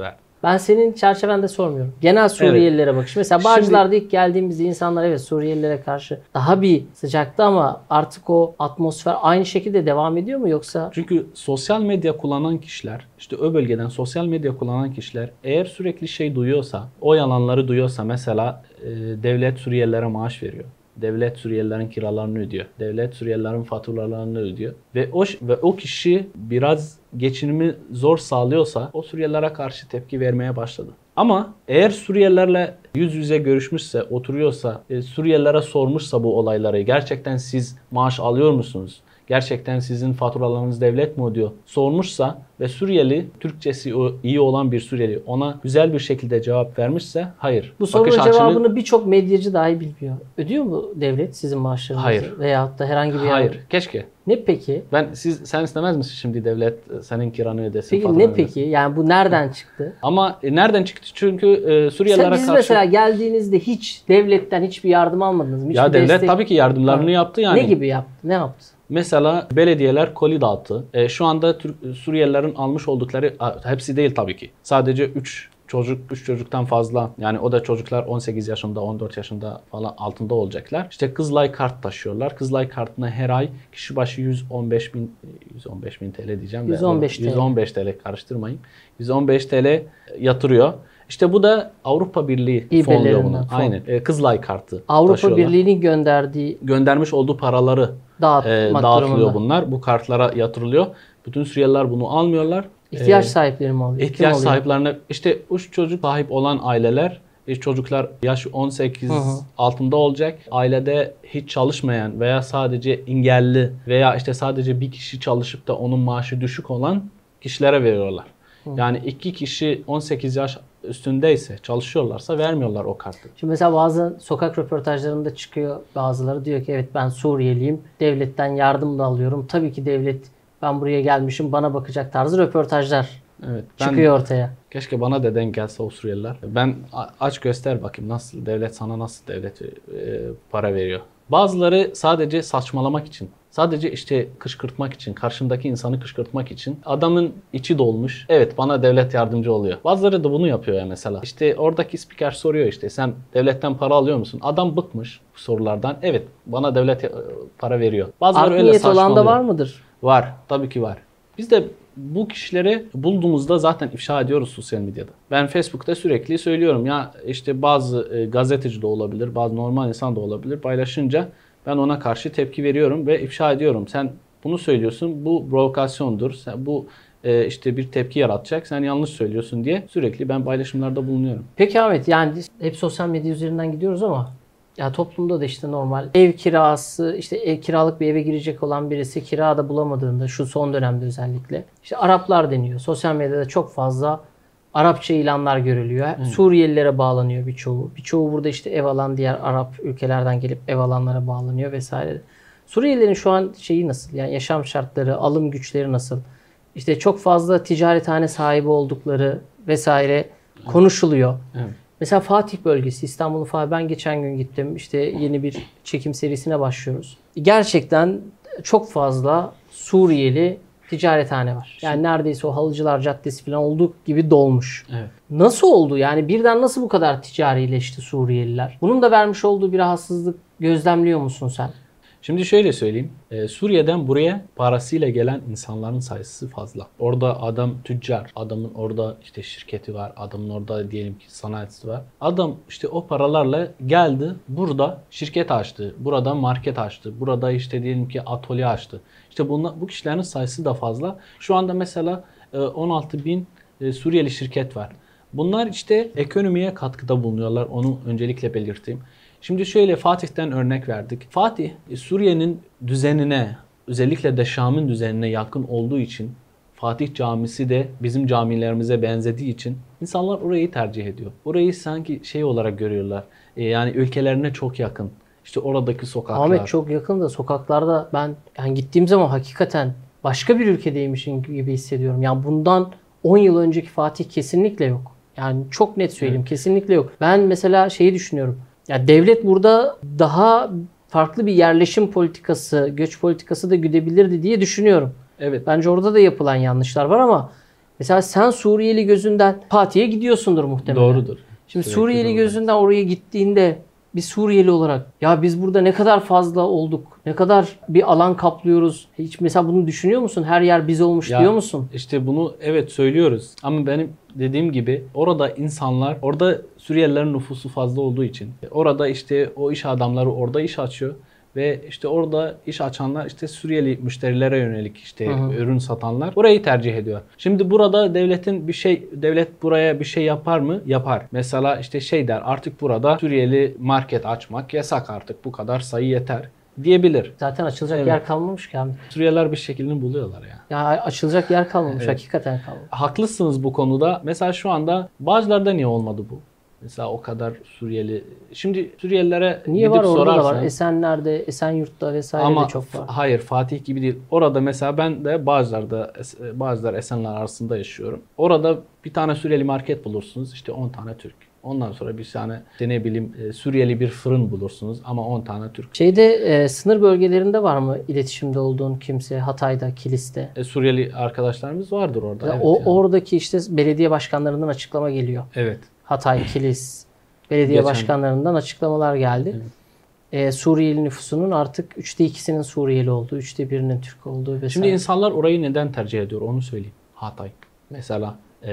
Ben senin çerçevende sormuyorum. Genel Suriyelilere evet. bakış. Mesela Bağcılar'da ilk geldiğimizde insanlar evet Suriyelilere karşı daha bir sıcaktı ama artık o atmosfer aynı şekilde devam ediyor mu yoksa? Çünkü sosyal medya kullanan kişiler, işte o bölgeden sosyal medya kullanan kişiler eğer sürekli şey duyuyorsa, o yalanları duyuyorsa mesela e, devlet Suriyelilere maaş veriyor. Devlet Suriyelilerin kiralarını ödüyor. Devlet Suriyelilerin faturalarını ödüyor. Ve o ve o kişi biraz geçinimi zor sağlıyorsa o Suriyelilere karşı tepki vermeye başladı. Ama eğer Suriyelilerle yüz yüze görüşmüşse, oturuyorsa, e, Suriyelilere sormuşsa bu olayları, gerçekten siz maaş alıyor musunuz? Gerçekten sizin faturalarınız devlet mi ödüyor? Sormuşsa ve Suriyeli, Türkçesi iyi olan bir Suriyeli ona güzel bir şekilde cevap vermişse hayır. Bu sorunun cevabını açını... birçok medyacı dahi bilmiyor. Ödüyor mu devlet sizin maaşlarınızı? Hayır. Veyahut da herhangi bir Hayır. Yer... Keşke. Ne peki? Ben siz sen istemez misin şimdi devlet senin kiranı ödesin? Peki ne peki? Ödesin. Yani bu nereden çıktı? Ama e, nereden çıktı? Çünkü e, Suriyelilere karşı... Siz mesela geldiğinizde hiç devletten hiçbir yardım almadınız mı? Hiçbir ya devlet destek... tabii ki yardımlarını ha. yaptı yani. Ne gibi yaptı? Ne yaptı? Mesela belediyeler koli dağıttı. E, şu anda Türk, Suriyelilerin almış oldukları, hepsi değil tabii ki. Sadece üç çocuk, üç çocuktan fazla, yani o da çocuklar on sekiz yaşında, on dört yaşında falan altında olacaklar. İşte Kızılay kart taşıyorlar. Kızılay kartına her ay kişi başı yüz on beş bin, yüz on beş bin T L diyeceğim. yüz on beş T L. yüz on beş T L karıştırmayın. yüz on beş T L yatırıyor. İşte bu da Avrupa Birliği fonluyor bunu. Fon. Aynen. E, Kızılay kartı Avrupa Birliği'nin gönderdiği, göndermiş olduğu paraları Dağıt, e, dağıtılıyor durumunda. Bunlar. Bu kartlara yatırılıyor. Bütün Suriyeliler bunu almıyorlar. İhtiyaç ee, sahipleri mi alıyor? İhtiyaç sahiplerine, işte üç çocuk sahip olan aileler, çocuklar yaş on sekiz hı hı. altında olacak. Ailede hiç çalışmayan veya sadece engelli veya işte sadece bir kişi çalışıp da onun maaşı düşük olan kişilere veriyorlar. Hı. Yani iki kişi on sekiz yaş üstündeyse, çalışıyorlarsa vermiyorlar o kartı. Şimdi mesela bazı sokak röportajlarında çıkıyor, bazıları diyor ki evet ben Suriyeliyim, devletten yardım da alıyorum. Tabii ki devlet, ben buraya gelmişim, bana bakacak tarzı röportajlar evet, çıkıyor ortaya. Keşke bana da denk gelse o Suriyeliler. Ben aç göster bakayım nasıl devlet sana nasıl devlet e, para veriyor. Bazıları sadece saçmalamak için, sadece işte kışkırtmak için, karşındaki insanı kışkırtmak için adamın içi dolmuş. Evet bana devlet yardımcı oluyor. Bazıları da bunu yapıyor ya mesela. İşte oradaki spiker soruyor işte sen devletten para alıyor musun? Adam bıkmış bu sorulardan. Evet bana devlet para veriyor. Bazıları Art öyle niyet saçmalıyor. olan da var mıdır? Var. Tabii ki var. Biz de bu kişileri bulduğumuzda zaten ifşa ediyoruz sosyal medyada. Ben Facebook'ta sürekli söylüyorum ya işte bazı e, gazeteci de olabilir, bazı normal insan da olabilir. Paylaşınca ben ona karşı tepki veriyorum ve ifşa ediyorum. Sen bunu söylüyorsun, bu provokasyondur. Sen bu e, işte bir tepki yaratacak. Sen yanlış söylüyorsun diye sürekli ben paylaşımlarda bulunuyorum. Peki Ahmet, yani hep sosyal medya üzerinden gidiyoruz ama ya toplumda da işte normal ev kirası, işte ev, kiralık bir eve girecek olan birisi kira da bulamadığında, şu son dönemde özellikle işte Araplar deniyor. Sosyal medyada çok fazla Arapça ilanlar görülüyor. Hmm. Suriyelilere bağlanıyor birçoğu. Birçoğu burada işte ev alan diğer Arap ülkelerden gelip ev alanlara bağlanıyor vesaire. Suriyelilerin şu an şeyi nasıl? Yani yaşam şartları, alım güçleri nasıl? İşte çok fazla ticarethane sahibi oldukları vesaire konuşuluyor. Evet. Mesela Fatih bölgesi, İstanbul'un Fatih, ben geçen gün gittim. İşte yeni bir çekim serisine başlıyoruz. Gerçekten çok fazla Suriyeli ticarethane var. Yani neredeyse o Halıcılar Caddesi falan olduğu gibi dolmuş. Evet. Nasıl oldu? Yani birden nasıl bu kadar ticarileşti Suriyeliler? Bunun da vermiş olduğu bir rahatsızlık gözlemliyor musun sen? Şimdi şöyle söyleyeyim. Ee, Suriye'den buraya parasıyla gelen insanların sayısı fazla. Orada adam tüccar, adamın orada işte şirketi var, adamın orada diyelim ki sanayisi var. Adam işte o paralarla geldi, burada şirket açtı, burada market açtı, burada işte diyelim ki atölye açtı. İşte bunlar, bu kişilerin sayısı da fazla. Şu anda mesela on altı bin Suriyeli şirket var. Bunlar işte ekonomiye katkıda bulunuyorlar. Onu öncelikle belirteyim. Şimdi şöyle Fatih'ten örnek verdik. Fatih Suriye'nin düzenine, özellikle de Şam'ın düzenine yakın olduğu için, Fatih Camisi de bizim camilerimize benzediği için insanlar orayı tercih ediyor. Orayı sanki şey olarak görüyorlar. Yani ülkelerine çok yakın. İşte oradaki sokaklar. Ahmet çok yakın da sokaklarda ben yani gittiğim zaman hakikaten başka bir ülkedeymişim gibi hissediyorum. Yani bundan on yıl önceki Fatih kesinlikle yok. Yani çok net söyleyeyim, evet. Kesinlikle yok. Ben mesela şeyi düşünüyorum. Ya devlet burada daha farklı bir yerleşim politikası, göç politikası da güdebilirdi diye düşünüyorum. Evet. Bence orada da yapılan yanlışlar var ama Mesela sen Suriyeli gözünden Fatih'e gidiyorsundur muhtemelen. Doğrudur. Şimdi Sürekli Suriyeli doğru. gözünden oraya gittiğinde bir Suriyeli olarak ya biz burada ne kadar fazla olduk, ne kadar bir alan kaplıyoruz. Hiç mesela bunu düşünüyor musun? Her yer biz olmuş Ya, diyor musun? İşte bunu evet söylüyoruz ama benim dediğim gibi orada insanlar, orada Suriyelilerin nüfusu fazla olduğu için orada işte o iş adamları orada iş açıyor ve işte orada iş açanlar işte Suriyeli müşterilere yönelik işte Hı hı. ürün satanlar orayı tercih ediyor. Şimdi burada devletin bir şey devlet buraya bir şey yapar mı? Yapar. Mesela işte şey der, artık burada Suriyeli market açmak yasak, artık bu kadar sayı yeter diyebilir. Zaten açılacak Evet. yer kalmamış ki abi. Suriyeliler bir şeklini buluyorlar ya. Ya açılacak yer kalmamış. Evet. Hakikaten kalmamış. Haklısınız bu konuda. Mesela şu anda Bağcılar'da niye olmadı bu? Mesela o kadar Suriyeli. Şimdi Suriyelilere Niye gidip var orada da var. sorarsan. Esenler'de, Esenyurt'ta vesaire Ama de çok var. hayır, Fatih gibi değil. Orada mesela ben de Bağcılar'da, Bağcılar Esenler arasında yaşıyorum. Orada bir tane Suriyeli market bulursunuz. İşte on tane Türk. Ondan sonra bir tane işte ne bileyim Suriyeli bir fırın bulursunuz ama on tane Türk. Şeyde e, sınır bölgelerinde var mı iletişimde olduğun kimse? Hatay'da, Kilis'te. E, Suriyeli arkadaşlarımız vardır orada. Evet, o yani. Oradaki işte belediye başkanlarından açıklama geliyor. Evet. Hatay, Kilis belediye Geçen- başkanlarından açıklamalar geldi. Evet. Ee, Suriyeli nüfusunun artık üçte ikisinin Suriyeli olduğu, üçte birinin Türk olduğu vesaire. Şimdi insanlar orayı neden tercih ediyor onu söyleyeyim. Hatay mesela,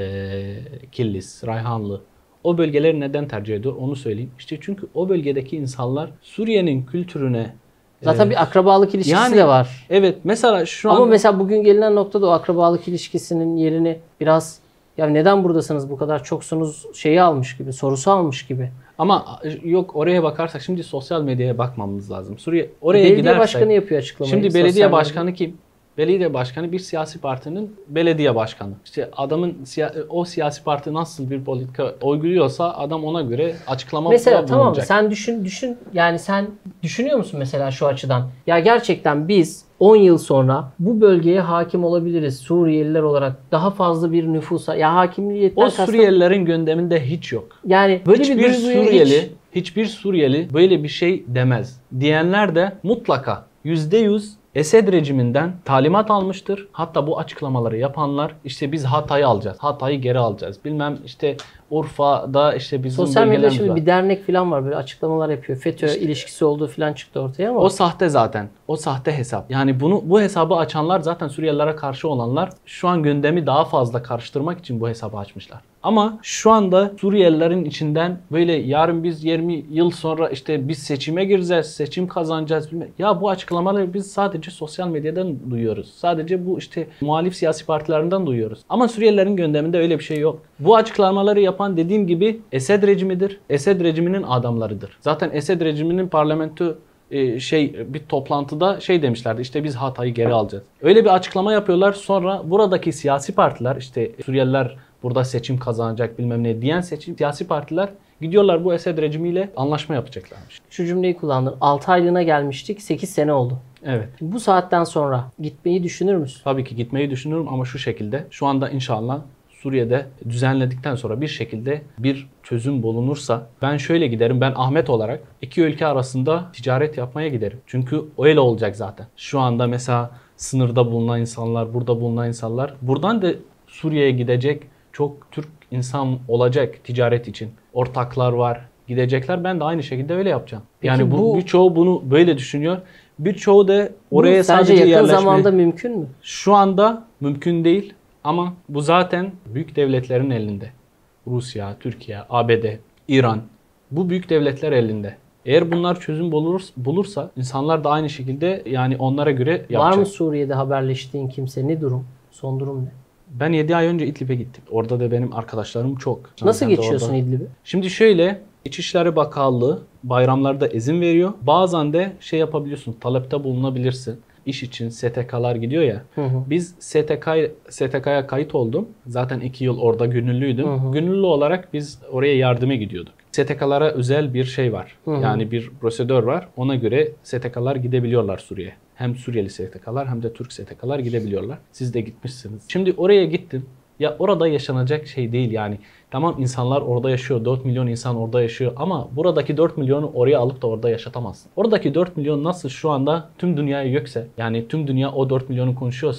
e, Kilis, Rayhanlı, o bölgeleri neden tercih ediyor onu söyleyeyim. İşte çünkü o bölgedeki insanlar Suriye'nin kültürüne Zaten e, bir akrabalık ilişkisi yani- de var. evet mesela şu Ama an mesela bugün gelinen noktada o akrabalık ilişkisinin yerini biraz ya neden buradasınız bu kadar çoksunuz şeyi almış gibi, sorusu almış gibi. ama yok, oraya bakarsak şimdi sosyal medyaya bakmamız lazım. Suriye oraya Belediye gidersek başkanı yapıyor açıklamayı. şimdi sosyal belediye medyada. başkanı kim? Belediye başkanı bir siyasi partinin belediye başkanı. İşte adamın siya- o siyasi parti nasıl bir politika uyguluyorsa adam ona göre açıklama Mesela bulunacak. tamam sen düşün düşün yani sen düşünüyor musun mesela şu açıdan? Ya gerçekten biz on yıl sonra bu bölgeye hakim olabiliriz Suriyeliler olarak. Daha fazla bir nüfusa ya hakimiyetten O kastım- Suriyelilerin gündeminde hiç yok. yani böyle Hiçbir bir duyguyu Suriyeli, hiç- hiçbir Suriyeli böyle bir şey demez. Diyenler de mutlaka yüzde yüz Esed rejiminden talimat almıştır. Hatta bu açıklamaları yapanlar işte biz Hatay'ı alacağız. Hatay'ı geri alacağız. Bilmem işte Urfa'da işte bizim sosyal medyada bölgelerimiz şimdi var. bir dernek falan var böyle açıklamalar yapıyor. FETÖ İşte- ilişkisi olduğu falan çıktı ortaya ama O sahte zaten. O sahte hesap. Yani bunu bu hesabı açanlar zaten Suriyelilere karşı olanlar şu an gündemi daha fazla karıştırmak için bu hesabı açmışlar. Ama şu anda Suriyelilerin içinden böyle yarın biz yirmi yıl sonra işte biz seçime gireceğiz, seçim kazanacağız bilmem. Ya bu açıklamaları biz sadece sosyal medyadan duyuyoruz. Sadece bu işte muhalif siyasi partilerinden duyuyoruz. Ama Suriyelilerin gündeminde öyle bir şey yok. Bu açıklamaları yapan dediğim gibi Esed rejimidir. Esed rejiminin adamlarıdır. Zaten Esed rejiminin parlamento e, şey bir toplantıda şey demişlerdi, işte biz Hatay'ı geri alacağız. Öyle bir açıklama yapıyorlar, sonra buradaki siyasi partiler işte Suriyeliler burada seçim kazanacak bilmem ne diyen seçim siyasi partiler gidiyorlar bu Esed rejimiyle anlaşma yapacaklarmış. şu cümleyi kullandın. altı aylığına gelmiştik. sekiz sene oldu. Evet. Bu saatten sonra gitmeyi düşünür müsün? Tabii ki gitmeyi düşünüyorum ama şu şekilde şu anda inşallah Suriye'de düzenledikten sonra bir şekilde bir çözüm bulunursa ben şöyle giderim. Ben Ahmet olarak iki ülke arasında ticaret yapmaya giderim. Çünkü öyle olacak zaten. Şu anda mesela sınırda bulunan insanlar, burada bulunan insanlar buradan da Suriye'ye gidecek çok Türk insan olacak ticaret için. Ortaklar var, gidecekler. Ben de aynı şekilde öyle yapacağım. Peki yani bu, bu- birçoğu bunu böyle düşünüyor. Birçoğu da Bu oraya sence sadece yakın yerleşmeye... zamanda mümkün mü? Şu anda mümkün değil ama bu zaten büyük devletlerin elinde. Rusya, Türkiye, A B D, İran. Bu büyük devletler elinde. Eğer bunlar çözüm bulur, bulursa insanlar da aynı şekilde yani onlara göre yapacak. Var mı Suriye'de haberleştiğin kimse? Ne durum? Son durum ne? Ben yedi ay önce İdlib'e gittim. Orada da benim arkadaşlarım çok. Nasıl Ben de geçiyorsun orada- İdlib'i? Şimdi şöyle, İçişleri Bakanlığı bayramlarda izin veriyor. Bazen de şey yapabiliyorsun, talepte bulunabilirsin. İş için S T K'lar gidiyor ya. Hı hı. Biz S T K S T K'ya kayıt oldum. Zaten iki yıl orada gönüllüydüm. Hı hı. Gönüllü olarak biz oraya yardıma gidiyorduk. S T K'lara özel bir şey var. Hı hı. Yani bir prosedür var. Ona göre S T K'lar gidebiliyorlar Suriye'ye. Hem Suriyeli S T K'lar hem de Türk S T K'lar gidebiliyorlar. Siz de gitmişsiniz. Şimdi oraya gittim. Ya orada yaşanacak şey değil yani. Tamam, insanlar orada yaşıyor. dört milyon insan orada yaşıyor. Ama buradaki dört milyonu oraya alıp da orada yaşatamazsın. Oradaki dört milyon nasıl şu anda tüm dünyaya gökse, yani tüm dünya o dört milyonu konuşuyorsa,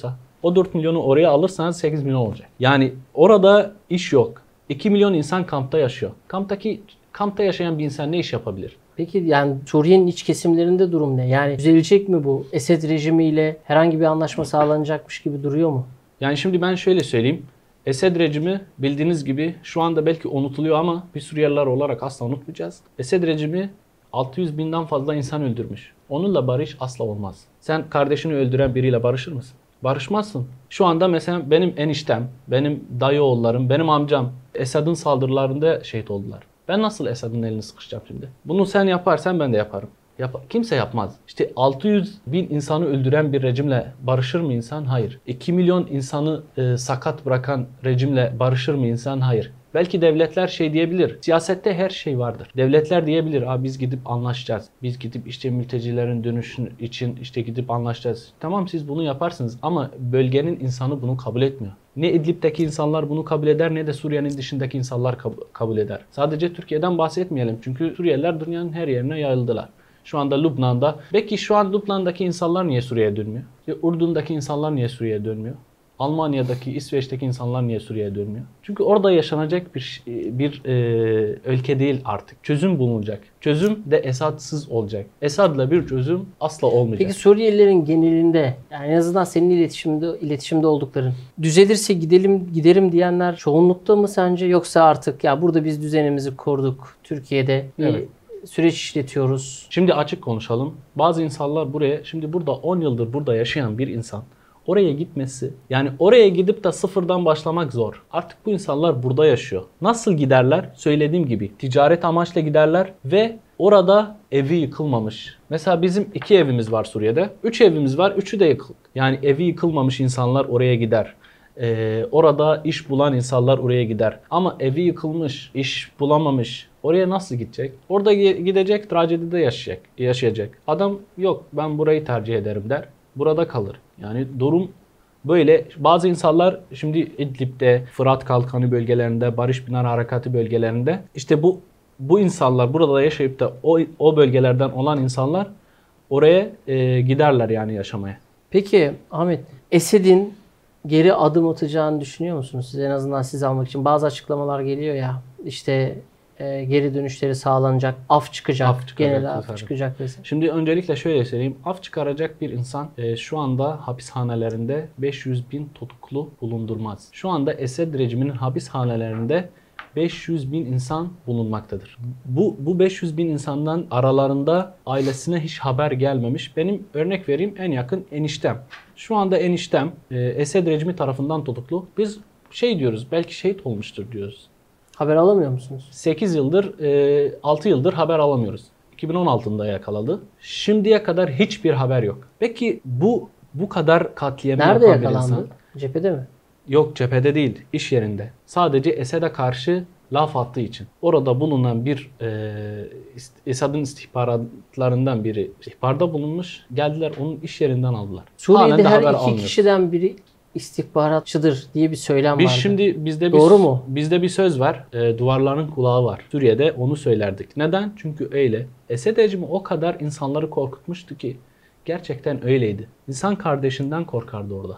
O dört milyonu oraya alırsanız sekiz milyon olacak. Yani orada iş yok. iki milyon insan kampta yaşıyor. Kamptaki kampta yaşayan bir insan ne iş yapabilir? Peki yani Suriye'nin iç kesimlerinde durum ne? Yani düzelecek mi bu? Esed rejimiyle herhangi bir anlaşma sağlanacakmış gibi duruyor mu? Yani şimdi ben şöyle söyleyeyim. Esed rejimi bildiğiniz gibi şu anda belki unutuluyor ama biz Suriyeliler olarak asla unutmayacağız. Esed rejimi altı yüz binden fazla insan öldürmüş. Onunla barış asla olmaz. Sen kardeşini öldüren biriyle barışır mısın? Barışmazsın. Şu anda mesela benim eniştem, benim dayı oğullarım, benim amcam Esad'ın saldırılarında şehit oldular. Ben nasıl Esad'ın elini sıkışacağım şimdi? Bunu sen yaparsan ben de yaparım. Yap Kimse yapmaz. İşte altı yüz bin insanı öldüren bir rejimle barışır mı insan? Hayır. iki milyon insanı e, sakat bırakan rejimle barışır mı insan? Hayır. Belki devletler şey diyebilir. Siyasette her şey vardır. Devletler diyebilir. Aa, biz gidip anlaşacağız. Biz gidip işte mültecilerin dönüşü için işte gidip anlaşacağız. Tamam siz bunu yaparsınız ama bölgenin insanı bunu kabul etmiyor. Ne İdlib'deki insanlar bunu kabul eder ne de Suriye'nin dışındaki insanlar kab- kabul eder. Sadece Türkiye'den bahsetmeyelim. Çünkü Suriyeliler dünyanın her yerine yayıldılar. Şu anda Lübnan'da. Peki şu an Lübnan'daki insanlar niye Suriye'ye dönmüyor? Ya Ürdün'deki insanlar niye Suriye'ye dönmüyor? Almanya'daki, İsveç'teki insanlar niye Suriye'ye dönmüyor? Çünkü orada yaşanacak bir bir e, ülke değil artık. Çözüm bulunacak. Çözüm de Esad'sız olacak. Esad'la bir çözüm asla olmayacak. Peki Suriyelilerin genelinde yani en azından senin iletişimde iletişimde oldukların düzelirse gidelim giderim diyenler çoğunlukta mı sence yoksa artık ya burada biz düzenimizi kurduk Türkiye'de bir Evet. süreç işletiyoruz. Şimdi açık konuşalım. Bazı insanlar buraya, şimdi burada on yıldır burada yaşayan bir insan oraya gitmesi, yani oraya gidip de sıfırdan başlamak zor. Artık bu insanlar burada yaşıyor. Nasıl giderler? Söylediğim gibi ticaret amaçla giderler ve orada evi yıkılmamış. Mesela bizim iki evimiz var Suriye'de. Üç evimiz var, üçü de yıkıldı. Yani evi yıkılmamış insanlar oraya gider. Ee, orada iş bulan insanlar oraya gider. Ama evi yıkılmış, iş bulamamış. Oraya nasıl gidecek? Orada gidecek, trajedide yaşayacak. yaşayacak. Adam yok ben burayı tercih ederim der. Burada kalır. Yani durum böyle. Bazı insanlar şimdi İdlib'de, Fırat Kalkanı bölgelerinde, Barış Pınar Harekatı bölgelerinde işte bu bu insanlar burada yaşayıp da o, o bölgelerden olan insanlar oraya e, giderler yani yaşamaya. Peki Ahmet, Esed'in geri adım atacağını düşünüyor musunuz? Siz en azından sizi almak için bazı açıklamalar geliyor ya. İşte e, geri dönüşleri sağlanacak, af çıkacak, Af çıkacak, genel af tabii. çıkacak vesaire. Şimdi öncelikle şöyle söyleyeyim. Af çıkaracak bir insan e, şu anda hapishanelerinde beş yüz bin tutuklu bulundurmaz. Şu anda Esed rejiminin hapishanelerinde beş yüz bin insan bulunmaktadır. Bu, bu beş yüz bin insandan aralarında ailesine hiç haber gelmemiş. Benim örnek vereyim en yakın eniştem. Şu anda eniştem e, Esed rejimi tarafından tutuklu. Biz şey diyoruz belki şehit olmuştur diyoruz. Haber alamıyor musunuz? sekiz yıldır, e, altı yıldır haber alamıyoruz. iki bin on altıda yakaladı. Şimdiye kadar hiçbir haber yok. Peki bu bu kadar katliamı Nerede yapan bir yakalandı? insan? Cephede mi? Yok cephede değil, iş yerinde. Sadece Esed'e karşı laf attığı için. Orada bulunan bir e, Esad'ın istihbaratlarından biri ihbarda bulunmuş. Geldiler onun iş yerinden aldılar. Suriye'de Halen de her haber iki almıyoruz. kişiden biri istihbaratçıdır diye bir söylem Biz vardı. şimdi bizde bir, Doğru mu? Bizde bir söz var. E, duvarların kulağı var. Suriye'de onu söylerdik. Neden? Çünkü öyle. Esed rejimi o kadar insanları korkutmuştu ki gerçekten öyleydi. İnsan kardeşinden korkardı orada.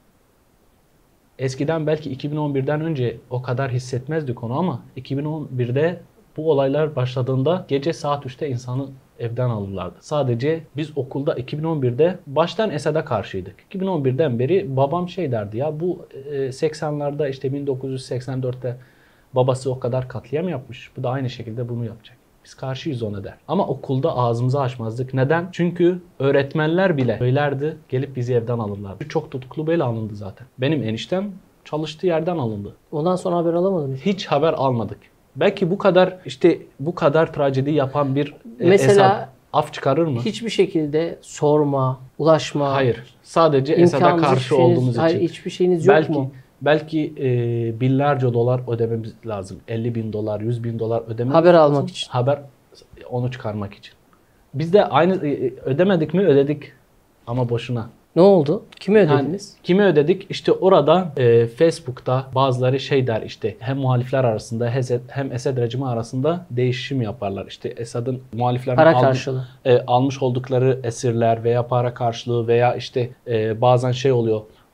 Eskiden belki iki bin on birden önce o kadar hissetmezdik onu ama iki bin on birde bu olaylar başladığında gece saat üçte insanı evden alırlardı. Sadece biz okulda iki bin on birde baştan Esed'e karşıydık. iki bin on birden beri babam şey derdi ya bu seksenlerde işte bin dokuz yüz seksen dörtte babası o kadar katliam yapmış. Bu da aynı şekilde bunu yapacak. Biz karşıyız ona der. Ama okulda ağzımızı açmazdık. Neden? Çünkü öğretmenler bile söylerdi gelip bizi evden alırlardı. Çok tutuklu böyle alındı zaten. Benim eniştem çalıştığı yerden alındı. Ondan sonra haber alamadınız. Hiç haber almadık. Belki bu kadar işte bu kadar trajedi yapan bir e, Mesela Esad af çıkarır mı? hiçbir şekilde sorma, ulaşma. Hayır. Sadece Esad'a imkanınız, karşı hiçbir şeyiniz- olduğumuz hayır, için. hiçbir şeyiniz yok belki mu? belki e, binlerce dolar ödememiz lazım. elli bin dolar, yüz bin dolar ödememiz Haber lazım. almak için. Haber onu çıkarmak için. Biz de aynı e, ödemedik mi? Ödedik. Ama boşuna. Ne oldu? Kime Yani ödediniz? kime ödedik? İşte orada e, Facebook'ta bazıları şey der işte hem muhalifler arasında hem Esed rejimi arasında değişim yaparlar. İşte Esad'ın muhaliflerin Para aldı- karşılığı. e, almış oldukları esirler veya para karşılığı veya işte e, bazen şey oluyor.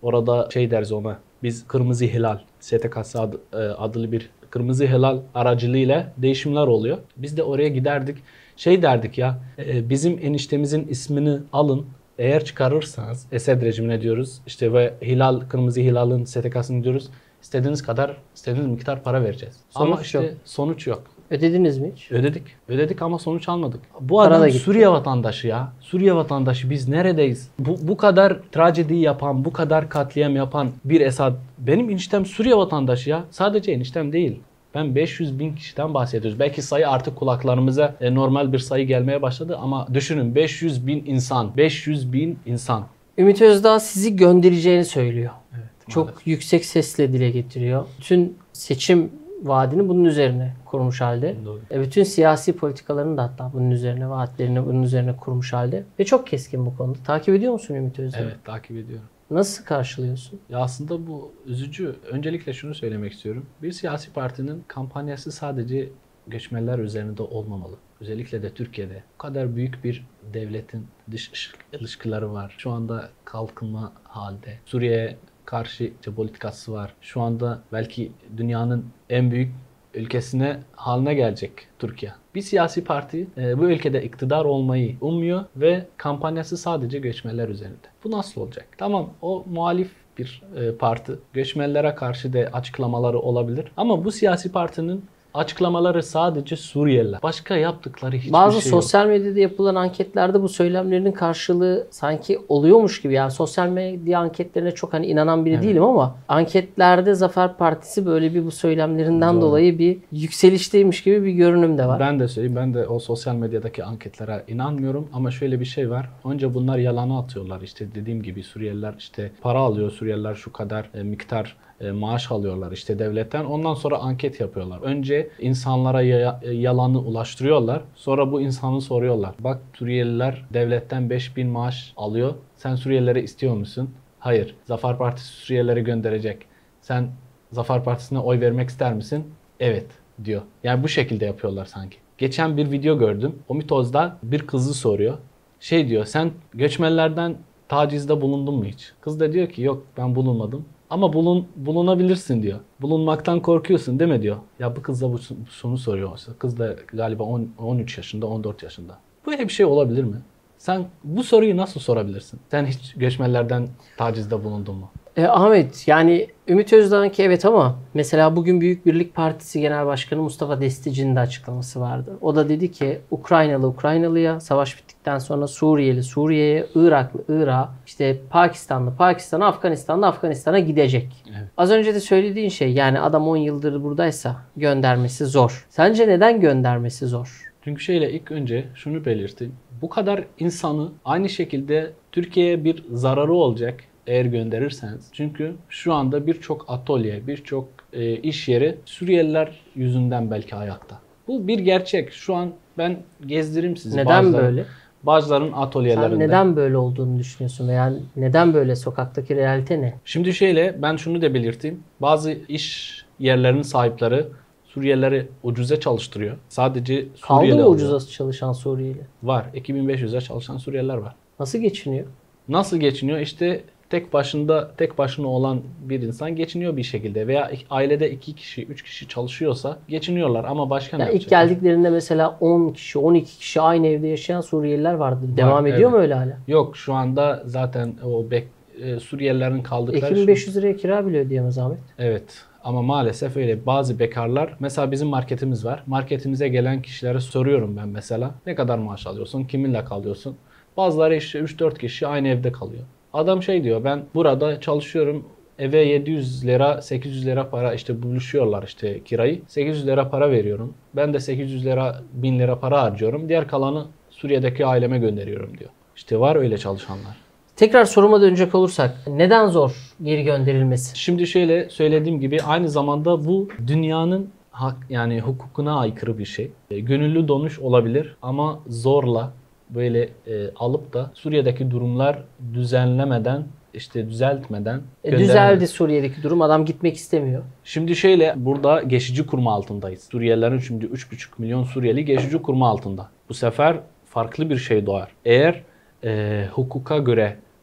Orada şey deriz ona. Biz Kırmızı Hilal, S T K'sı adı, e, adlı bir Kırmızı Hilal aracılığıyla değişimler oluyor. Biz de oraya giderdik. Şey derdik ya, e, bizim eniştemizin ismini alın. Eğer çıkarırsanız Esed rejimine diyoruz. İşte ve Hilal, Kırmızı Hilal'ın S T K'sını diyoruz. İstediğiniz kadar, istediğiniz miktar para vereceğiz. Sonuç ama işte yok. sonuç yok. Ödediniz mi hiç? Ödedik. Ödedik ama sonuç almadık. Bu Para da adam gitti. Suriye vatandaşı ya. Suriye vatandaşı, biz neredeyiz? Bu, bu kadar trajedi yapan, bu kadar katliam yapan bir Esad. Benim eniştem Suriye vatandaşı ya. Sadece eniştem değil. Ben beş yüz bin kişiden bahsediyoruz. Belki sayı artık kulaklarımıza e, normal bir sayı gelmeye başladı ama düşünün, beş yüz bin insan. beş yüz bin insan. Ümit Özdağ sizi göndereceğini söylüyor. Evet, Çok maalesef. yüksek sesle dile getiriyor. Bütün seçim vaadini bunun üzerine kurmuş halde. Doğru. E, bütün siyasi politikalarını da hatta bunun üzerine, vaatlerini bunun üzerine kurmuş halde. Ve çok keskin bu konuda. Takip ediyor musun Ümit Özdağ'ı? Evet, takip ediyorum. Nasıl karşılıyorsun? Ya aslında bu üzücü. Öncelikle şunu söylemek istiyorum. Bir siyasi partinin kampanyası sadece göçmenler üzerinde olmamalı. Özellikle de Türkiye'de. Bu kadar büyük bir devletin dış ilişkileri var. Şu anda kalkınma halde. Suriye'ye karşı işte politikası var. Şu anda belki dünyanın en büyük ülkesine haline gelecek Türkiye. Bir siyasi parti e, bu ülkede iktidar olmayı ummuyor ve kampanyası sadece göçmenler üzerinde. Bu nasıl olacak? Tamam, o muhalif bir e, parti. Göçmenlere karşı da açıklamaları olabilir. Ama bu siyasi partinin açıklamaları sadece Suriyeliler. Başka yaptıkları hiçbir Bazı şey yok. sosyal medyada yapılan anketlerde bu söylemlerinin karşılığı sanki oluyormuş gibi. Yani sosyal medya anketlerine çok hani inanan biri Evet. değilim ama anketlerde Zafer Partisi böyle bir bu söylemlerinden Doğru. dolayı bir yükselişteymiş gibi bir görünüm de var. Ben de söyleyeyim, ben de o sosyal medyadaki anketlere inanmıyorum ama şöyle bir şey var. Önce bunlar yalanı atıyorlar. İşte dediğim gibi Suriyeliler işte para alıyor, Suriyeliler şu kadar e, miktar e, maaş alıyorlar işte devletten. Ondan sonra anket yapıyorlar. Önce insanlara ya- yalanı ulaştırıyorlar. Sonra bu insanı soruyorlar. Bak, Suriyeliler devletten beş bin maaş alıyor. Sen Suriyelileri istiyor musun? Hayır. Zafer Partisi Suriyelileri gönderecek. Sen Zafer Partisi'ne oy vermek ister misin? Evet diyor. Yani bu şekilde yapıyorlar sanki. Geçen bir video gördüm. Ümit Özdağ bir kızı soruyor. Şey diyor, sen göçmenlerden tacizde bulundun mu hiç? Kız da diyor ki yok, ben bulunmadım. Ama bulun, bulunabilirsin diyor. Bulunmaktan korkuyorsun değil mi diyor. Ya bu kız da bu, şunu soruyor. Kız da galiba on, on üç yaşında, on dört yaşında. Böyle bir şey olabilir mi? Sen bu soruyu nasıl sorabilirsin? Sen hiç göçmenlerden tacizde bulundun mu? E, Ahmet, yani Ümit Özdağ'ınki evet ama mesela bugün Büyük Birlik Partisi Genel Başkanı Mustafa Destici'nin de açıklaması vardı. O da dedi ki Ukraynalı Ukraynalıya, savaş bittikten sonra Suriyeli Suriye'ye, Iraklı Irak'a, işte Pakistanlı Pakistan'a, Afganistanlı Afganistan'a gidecek. Evet. Az önce de söylediğin şey, yani adam on yıldır buradaysa göndermesi zor. Sence neden göndermesi zor? Çünkü şeyle ilk önce şunu belirteyim. Bu kadar insanı aynı şekilde Türkiye'ye bir zararı olacak eğer gönderirseniz. Çünkü şu anda birçok atölye, birçok e, iş yeri Suriyeliler yüzünden belki ayakta. Bu bir gerçek. Şu an ben gezdireyim sizi. Neden bazıları- böyle? Bazıların atölyelerinde. Sen neden böyle olduğunu düşünüyorsun veya neden böyle, sokaktaki realite ne? Şimdi şöyle, ben şunu da belirteyim. Bazı iş yerlerinin sahipleri Suriyelileri ucuza çalıştırıyor. Sadece Kaldı Suriyeli mı alıyor. ucuza çalışan Suriyeli? Var. iki bin beş yüze çalışan Suriyeliler var. Nasıl geçiniyor? Nasıl geçiniyor? İşte tek başında tek başına olan bir insan geçiniyor bir şekilde veya ailede iki kişi, üç kişi çalışıyorsa geçiniyorlar ama başka ne Yani ilk yapacak? geldiklerinde mesela on kişi, on iki kişi aynı evde yaşayan Suriyeliler vardı. Devam ediyor evet. mu öyle hala? Yok, şu anda zaten o bek, e, Suriyelilerin kaldıkları iki bin beş yüz liraya kira bile ödeyemez Ahmet. Evet. Ama maalesef öyle. Bazı bekarlar, mesela bizim marketimiz var. Marketimize gelen kişilere soruyorum ben mesela. Ne kadar maaş alıyorsun? Kiminle kalıyorsun? Bazıları işte üç dört kişi aynı evde kalıyor. Adam şey diyor, ben burada çalışıyorum. Eve yedi yüz lira, sekiz yüz lira para işte buluşuyorlar işte kirayı. sekiz yüz lira para veriyorum. Ben de sekiz yüz lira, bin lira para harcıyorum. Diğer kalanı Suriye'deki aileme gönderiyorum diyor. İşte var öyle çalışanlar. Tekrar soruma dönecek olursak neden zor geri gönderilmesi? Şimdi şöyle söylediğim gibi aynı zamanda bu dünyanın hak, yani hukukuna aykırı bir şey. E, gönüllü dönüş olabilir ama zorla böyle e, alıp da Suriye'deki durumlar düzenlemeden, işte düzeltmeden E, gönderme- düzeldi Suriye'deki durum. Adam gitmek istemiyor. Şimdi şöyle, burada geçici kurma altındayız. Suriyelilerin şimdi üç buçuk milyon Suriyeli geçici kurma altında. Bu sefer farklı bir şey doğar. Eğer e, hukuka göre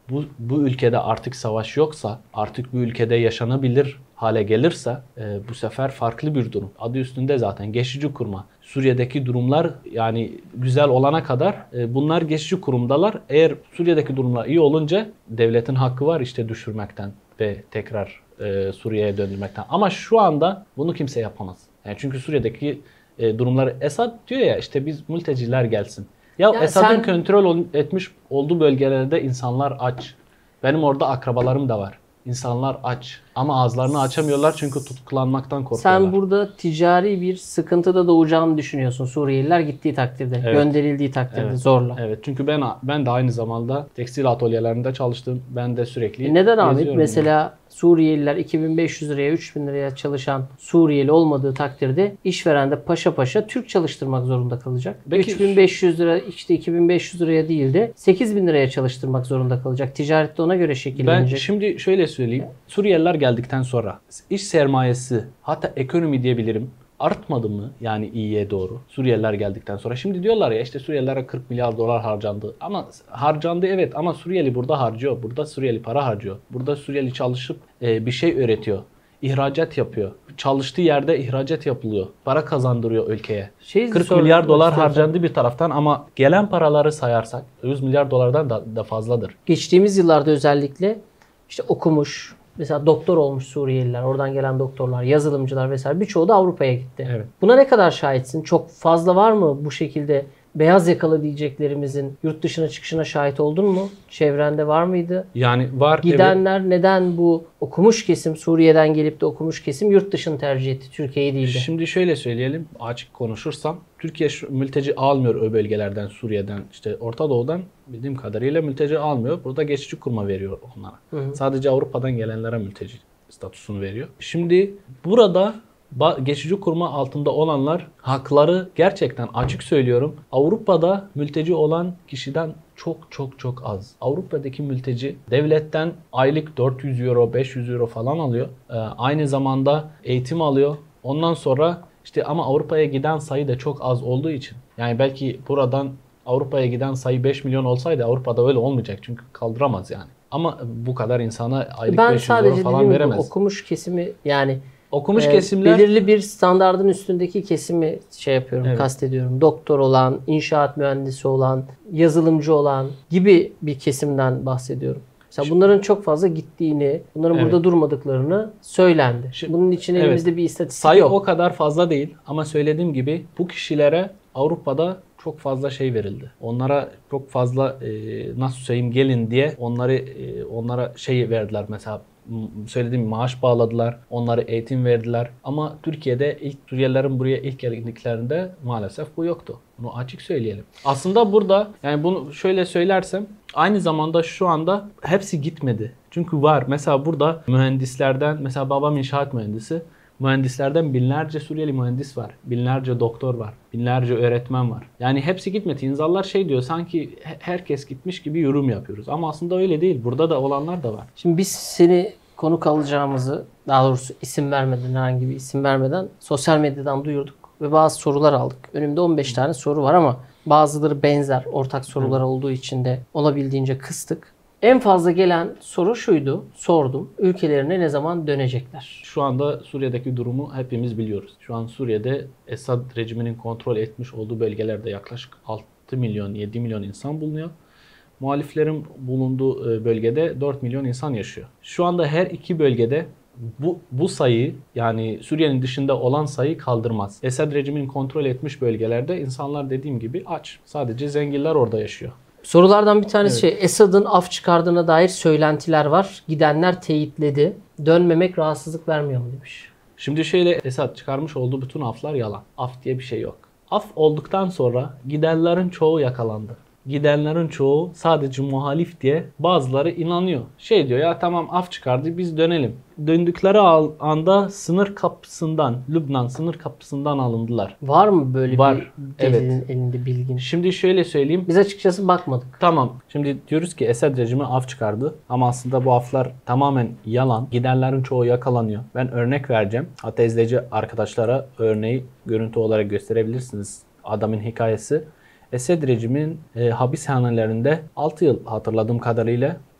bu, bu ülkede artık savaş yoksa, artık bu ülkede yaşanabilir hale gelirse e, bu sefer farklı bir durum. Adı üstünde zaten geçici kurma. Suriye'deki durumlar yani güzel olana kadar e, bunlar geçici kurumdalar. Eğer Suriye'deki durumlar iyi olunca devletin hakkı var işte düşürmekten ve tekrar e, Suriye'ye döndürmekten. Ama şu anda bunu kimse yapamaz. Yani çünkü Suriye'deki e, durumları Esad diyor ya işte biz mülteciler gelsin. Ya, ya Esad'ın sen... kontrol etmiş olduğu bölgelerde insanlar aç. Benim orada akrabalarım da var. İnsanlar aç. Ama ağızlarını açamıyorlar çünkü tutuklanmaktan korkuyorlar. Sen burada ticari bir sıkıntıda doğacağını düşünüyorsun Suriyeliler gittiği takdirde, evet. Gönderildiği takdirde evet. zorla. Evet çünkü ben ben de aynı zamanda tekstil atölyelerinde çalıştım. Ben de sürekli e Neden Ahmet? Mesela Suriyeliler iki bin beş yüz liraya, üç bin liraya çalışan Suriyeli olmadığı takdirde işveren de paşa paşa Türk çalıştırmak zorunda kalacak. Peki, üç bin beş yüz lira işte iki bin beş yüz liraya değil de sekiz bin liraya çalıştırmak zorunda kalacak. Ticarette ona göre şekillenecek. Ben şimdi şöyle söyleyeyim. Suriyeliler geldikten sonra iş sermayesi hatta ekonomi diyebilirim artmadı mı yani iyiye doğru Suriyeliler geldikten sonra? Şimdi diyorlar ya işte Suriyelilere kırk milyar dolar harcandı. Ama harcandı evet ama Suriyeli burada harcıyor. Burada Suriyeli para harcıyor. Burada Suriyeli çalışıp e, bir şey öğretiyor. İhracat yapıyor. Çalıştığı yerde ihracat yapılıyor. Para kazandırıyor ülkeye. Şey kırk milyar dolar harcandı bir taraftan ama gelen paraları sayarsak yüz milyar dolardan da, da fazladır. Geçtiğimiz yıllarda özellikle işte okumuş, mesela doktor olmuş Suriyeliler, oradan gelen doktorlar, yazılımcılar vesaire birçoğu da Avrupa'ya gitti. Evet. Buna ne kadar şahitsin? Çok fazla var mı bu şekilde beyaz yakalı diyeceklerimizin yurt dışına çıkışına şahit oldun mu? Çevrende var mıydı? Yani var. Gidenler evet. Neden bu okumuş kesim Suriye'den gelip de okumuş kesim yurt dışını tercih etti, Türkiye'yi değil de? Şimdi şöyle söyleyelim, açık konuşursam Türkiye şu mülteci almıyor o bölgelerden, Suriye'den, işte Orta Doğu'dan bildiğim kadarıyla mülteci almıyor. Burada geçici kurma veriyor onlara. Hı hı. Sadece Avrupa'dan gelenlere mülteci statüsünü veriyor. Şimdi burada geçici kurma altında olanlar hakları gerçekten açık söylüyorum. Avrupa'da mülteci olan kişiden çok çok çok az. Avrupa'daki mülteci devletten aylık dört yüz euro, beş yüz euro falan alıyor. Ee, aynı zamanda eğitim alıyor. Ondan sonra işte ama Avrupa'ya giden sayı da çok az olduğu için. Yani belki buradan Avrupa'ya giden sayı beş milyon olsaydı Avrupa'da öyle olmayacak. Çünkü kaldıramaz yani. Ama bu kadar insana aylık ben beş yüz euro falan veremez. Ben okumuş kesimi yani okumuş e, kesimler belirli bir standardın üstündeki kesimi şey yapıyorum, evet. kastediyorum. Doktor olan, inşaat mühendisi olan, yazılımcı olan gibi bir kesimden bahsediyorum. Mesela Şimdi, bunların çok fazla gittiğini, bunların evet. burada durmadıklarını söylendi. Şimdi, Bunun için elimizde evet. bir istatistik sayı yok. O kadar fazla değil ama söylediğim gibi bu kişilere Avrupa'da çok fazla şey verildi. Onlara çok fazla e, nasıl söyleyeyim gelin diye onları e, onlara şey verdiler mesela söylediğim maaş bağladılar. Onlara eğitim verdiler. Ama Türkiye'de ilk Suriyelilerin buraya ilk geldiklerinde maalesef bu yoktu. Bunu açık söyleyelim. Aslında burada yani bunu şöyle söylersem aynı zamanda şu anda hepsi gitmedi. Çünkü var. Mesela burada mühendislerden mesela babam inşaat mühendisi. Mühendislerden binlerce Suriyeli mühendis var. Binlerce doktor var. Binlerce öğretmen var. Yani hepsi gitmedi. İnsanlar şey diyor sanki herkes gitmiş gibi yorum yapıyoruz. Ama aslında öyle değil. Burada da olanlar da var. Şimdi biz seni konuk alacağımızı, daha doğrusu isim vermeden, herhangi bir isim vermeden sosyal medyadan duyurduk ve bazı sorular aldık. Önümde on beş tane soru var ama bazıları benzer, ortak sorular Hı. olduğu için de olabildiğince kıstık. En fazla gelen soru şuydu, sordum. Ülkelerine ne zaman dönecekler? Şu anda Suriye'deki durumu hepimiz biliyoruz. Şu an Suriye'de Esad rejiminin kontrol etmiş olduğu bölgelerde yaklaşık altı milyon, yedi milyon insan bulunuyor. Muhaliflerin bulunduğu bölgede dört milyon insan yaşıyor. Şu anda her iki bölgede bu, bu sayı yani Suriye'nin dışında olan sayı kaldırmaz. Esad rejiminin kontrol etmiş bölgelerde insanlar dediğim gibi aç. Sadece zenginler orada yaşıyor. Sorulardan bir tanesi evet. şey, Esad'ın af çıkardığına dair söylentiler var. Gidenler teyitledi. Dönmemek rahatsızlık vermiyor mu demiş. Şimdi şöyle Esad çıkarmış olduğu bütün aflar yalan. Af diye bir şey yok. Af olduktan sonra gidenlerin çoğu yakalandı. Gidenlerin çoğu sadece muhalif diye bazıları inanıyor. Şey diyor ya tamam af çıkardı biz dönelim. Döndükleri anda sınır kapısından, Lübnan sınır kapısından alındılar. Var mı böyle Var. bir evet. elinde bilgin? Şimdi şöyle söyleyeyim. Biz açıkçası bakmadık. Tamam. Şimdi diyoruz ki Esad rejimi af çıkardı. Ama aslında bu aflar tamamen yalan. Gidenlerin çoğu yakalanıyor. Ben örnek vereceğim. Hatta izleyici arkadaşlara örneği görüntü olarak gösterebilirsiniz. Adamın hikayesi. Esad rejimin e, hapishanelerinde altı yıl hatırladığım kadarıyla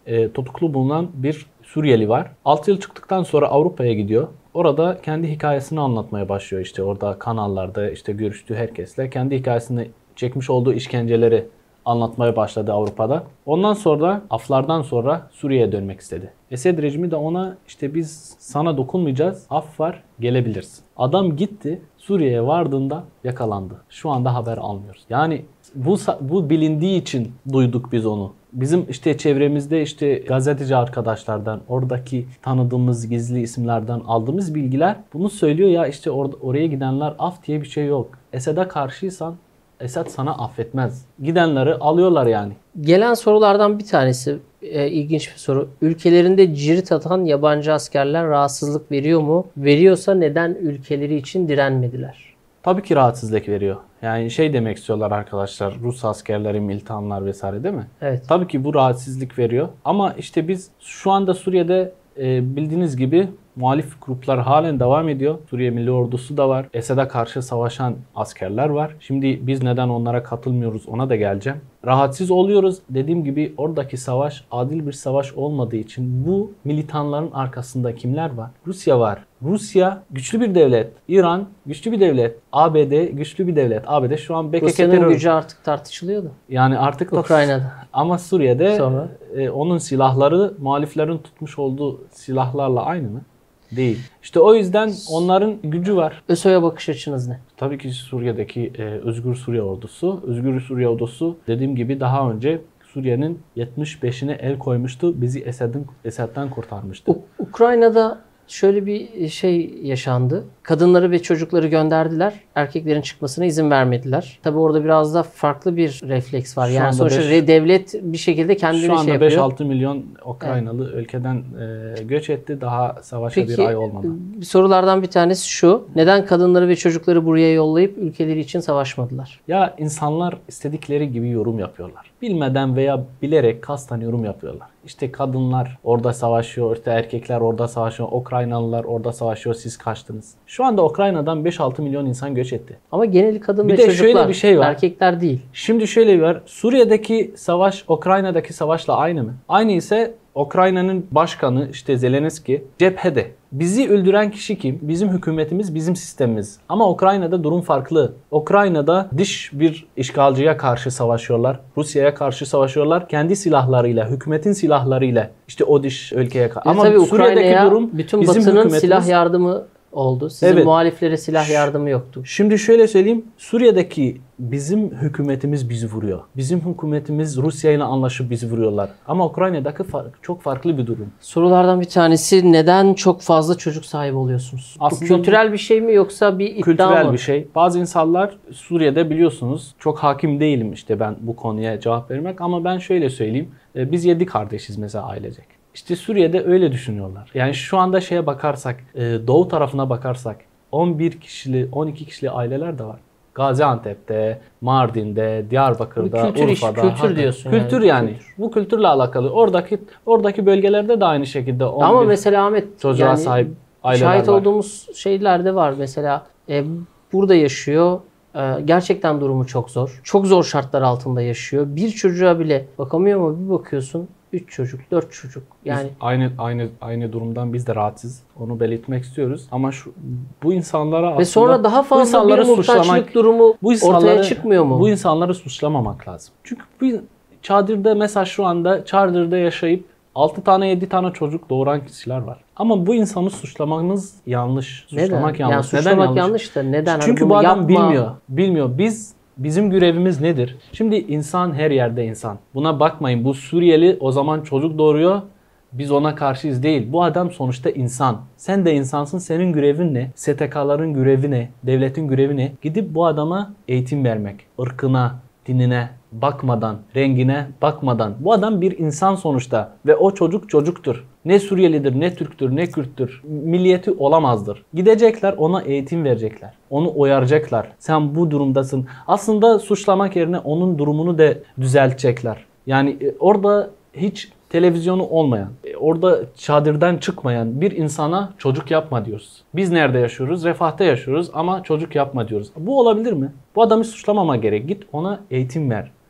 e, tutuklu bulunan bir Suriyeli var. altı yıl çıktıktan sonra Avrupa'ya gidiyor. Orada kendi hikayesini anlatmaya başlıyor. İşte orada kanallarda işte görüştüğü herkesle kendi hikayesini, çekmiş olduğu işkenceleri anlatmaya başladı Avrupa'da. Ondan sonra, aflardan sonra Suriye'ye dönmek istedi. Esed rejimi de ona işte biz sana dokunmayacağız, af var, gelebilirsin. Adam gitti, Suriye'ye vardığında yakalandı. Şu anda haber almıyoruz. Yani bu bu bilindiği için duyduk biz onu. Bizim işte çevremizde işte gazeteci arkadaşlardan, oradaki tanıdığımız gizli isimlerden aldığımız bilgiler bunu söylüyor ya, işte or oraya gidenler af diye bir şey yok. Esed'e karşıysan Esed sana affetmez. Gidenleri alıyorlar yani. Gelen sorulardan bir tanesi e, ilginç bir soru. Ülkelerinde cirit atan yabancı askerler rahatsızlık veriyor mu? Veriyorsa neden ülkeleri için direnmediler? Tabii ki rahatsızlık veriyor. Yani şey demek istiyorlar arkadaşlar, Rus askerleri, militanlar vesaire değil mi? Evet. Tabii ki bu rahatsızlık veriyor. Ama işte biz şu anda Suriye'de e, bildiğiniz gibi muhalif gruplar halen devam ediyor. Suriye Milli Ordusu da var. Esed'e karşı savaşan askerler var. Şimdi biz neden onlara katılmıyoruz ona da geleceğim. Rahatsız oluyoruz. Dediğim gibi oradaki savaş adil bir savaş olmadığı için bu militanların arkasında kimler var? Rusya var. Rusya güçlü bir devlet. İran güçlü bir devlet. A B D güçlü bir devlet. A B D şu an B K K Rusya'nın terör. gücü artık tartışılıyordu. Yani artık da Ukrayna'da. ama Suriye'de Sonra? e, onun silahları muhaliflerin tutmuş olduğu silahlarla aynı mı? Değil. İşte o yüzden onların gücü var. ÖSO'ya bakış açınız ne? Tabii ki Suriye'deki e, Özgür Suriye Ordusu. Özgür Suriye Ordusu dediğim gibi daha önce Suriye'nin yetmiş beşine el koymuştu. Bizi Esed'in Esed'den kurtarmıştı. U- Ukrayna'da şöyle bir şey yaşandı. Kadınları ve çocukları gönderdiler. Erkeklerin çıkmasına izin vermediler. Tabii orada biraz da farklı bir refleks var. Şu yani anda sonuçta beş- re- devlet bir şekilde kendini Şu şey anda yapıyor. beş altı milyon Ukraynalı ülkeden e, göç etti. Daha savaşa Peki bir ay olmadı. sorulardan bir tanesi şu. Neden kadınları ve çocukları buraya yollayıp ülkeleri için savaşmadılar? Ya insanlar istedikleri gibi yorum yapıyorlar. Bilmeden veya bilerek kasten yorum yapıyorlar. İşte kadınlar orada savaşıyor, işte erkekler orada savaşıyor, Ukraynalılar orada savaşıyor, siz kaçtınız. Şu anda Ukrayna'dan beş altı milyon insan göç etti. Ama geneli kadın Bir ve de çocuklar. şöyle bir şey var. Erkekler değil. Şimdi şöyle bir var. Suriye'deki savaş Ukrayna'daki savaşla aynı mı? Aynı ise Ukrayna'nın başkanı işte Zelenski cephede. Bizi öldüren kişi kim? Bizim hükümetimiz, bizim sistemimiz. Ama Ukrayna'da durum farklı. Ukrayna'da dış bir işgalciye karşı savaşıyorlar. Rusya'ya karşı savaşıyorlar. Kendi silahlarıyla, hükümetin silahlarıyla işte o dış ülkeye karşı. E Ama tabii Suriye'deki Ukrayna'ya durum bütün bizim Batı'nın hükümetimiz. silah yardımı oldu. Sizin Evet. muhaliflere silah yardımı yoktu. Şimdi şöyle söyleyeyim. Suriye'deki bizim hükümetimiz bizi vuruyor. Bizim hükümetimiz Rusya ile anlaşıp bizi vuruyorlar. Ama Ukrayna'daki fark, çok farklı bir durum. Sorulardan bir tanesi neden çok fazla çocuk sahibi oluyorsunuz? Aslında Bu kültürel bir şey mi yoksa bir iddia Kültürel mı? bir şey. Bazı insanlar Suriye'de biliyorsunuz çok hakim değilim işte ben bu konuya cevap vermek ama ben şöyle söyleyeyim. E, Biz yedi kardeşiz mesela ailecek. İşte Suriye'de öyle düşünüyorlar. Yani şu anda şeye bakarsak, e, doğu tarafına bakarsak on bir kişili, on iki kişili aileler de var. Gaziantep'te, Mardin'de, Diyarbakır'da, Bu kültür iş, Urfa'da. kültür Hatay. diyorsun Kültür yani. yani. Kültür. Bu kültürle alakalı. Oradaki oradaki bölgelerde de aynı şekilde on bir Ama mesela Ahmet çocuğa yani sahip aileler şahit var. olduğumuz şeyler de var. Mesela e, burada yaşıyor. E, gerçekten durumu çok zor. Çok zor şartlar altında yaşıyor. Bir çocuğa bile bakamıyor mu? Bir bakıyorsun üç çocuk, dört çocuk. Yani Biz aynı aynı aynı durumdan biz de rahatsız. Onu belirtmek istiyoruz. Ama şu bu insanlara aslında ve sonra daha bu fazla insanları bir muhtaçlık suçlamak- durumu bu insanları, ortaya çıkmıyor mu? Bu insanları suçlamamak lazım. Çünkü bu çadırda mesela şu anda çadırda yaşayıp altı tane yedi tane çocuk doğuran kişiler var. Ama bu insanı suçlamanız yanlış. Suçlamak neden? yanlış. Yani Neden suçlamak yanlış? yanlış da neden? Hani Çünkü bunu bu adam yapma. bilmiyor. Bilmiyor. Biz bizim görevimiz nedir? Şimdi insan her yerde insan. Buna bakmayın. Bu Suriyeli o zaman çocuk doğuruyor. Biz ona karşıyız değil. Bu adam sonuçta insan. Sen de insansın. Senin görevin ne? S T K'ların görevi ne? Devletin görevi ne? Gidip bu adama eğitim vermek. Irkına, dinine bakmadan, rengine bakmadan. Bu adam bir insan sonuçta. Ve o çocuk çocuktur. Ne Suriyelidir, ne Türktür, ne Kürttür. Milliyeti olamazdır. Gidecekler, ona eğitim verecekler. Onu uyaracaklar. Sen bu durumdasın. Aslında suçlamak yerine onun durumunu da düzeltecekler. Yani e, orada hiç televizyonu olmayan, e, orada çadırdan çıkmayan bir insana çocuk yapma diyoruz. Biz nerede yaşıyoruz? Refahta yaşıyoruz ama çocuk yapma diyoruz. Bu olabilir mi? Bu adamı suçlamama gerek. Git ona eğitim ver.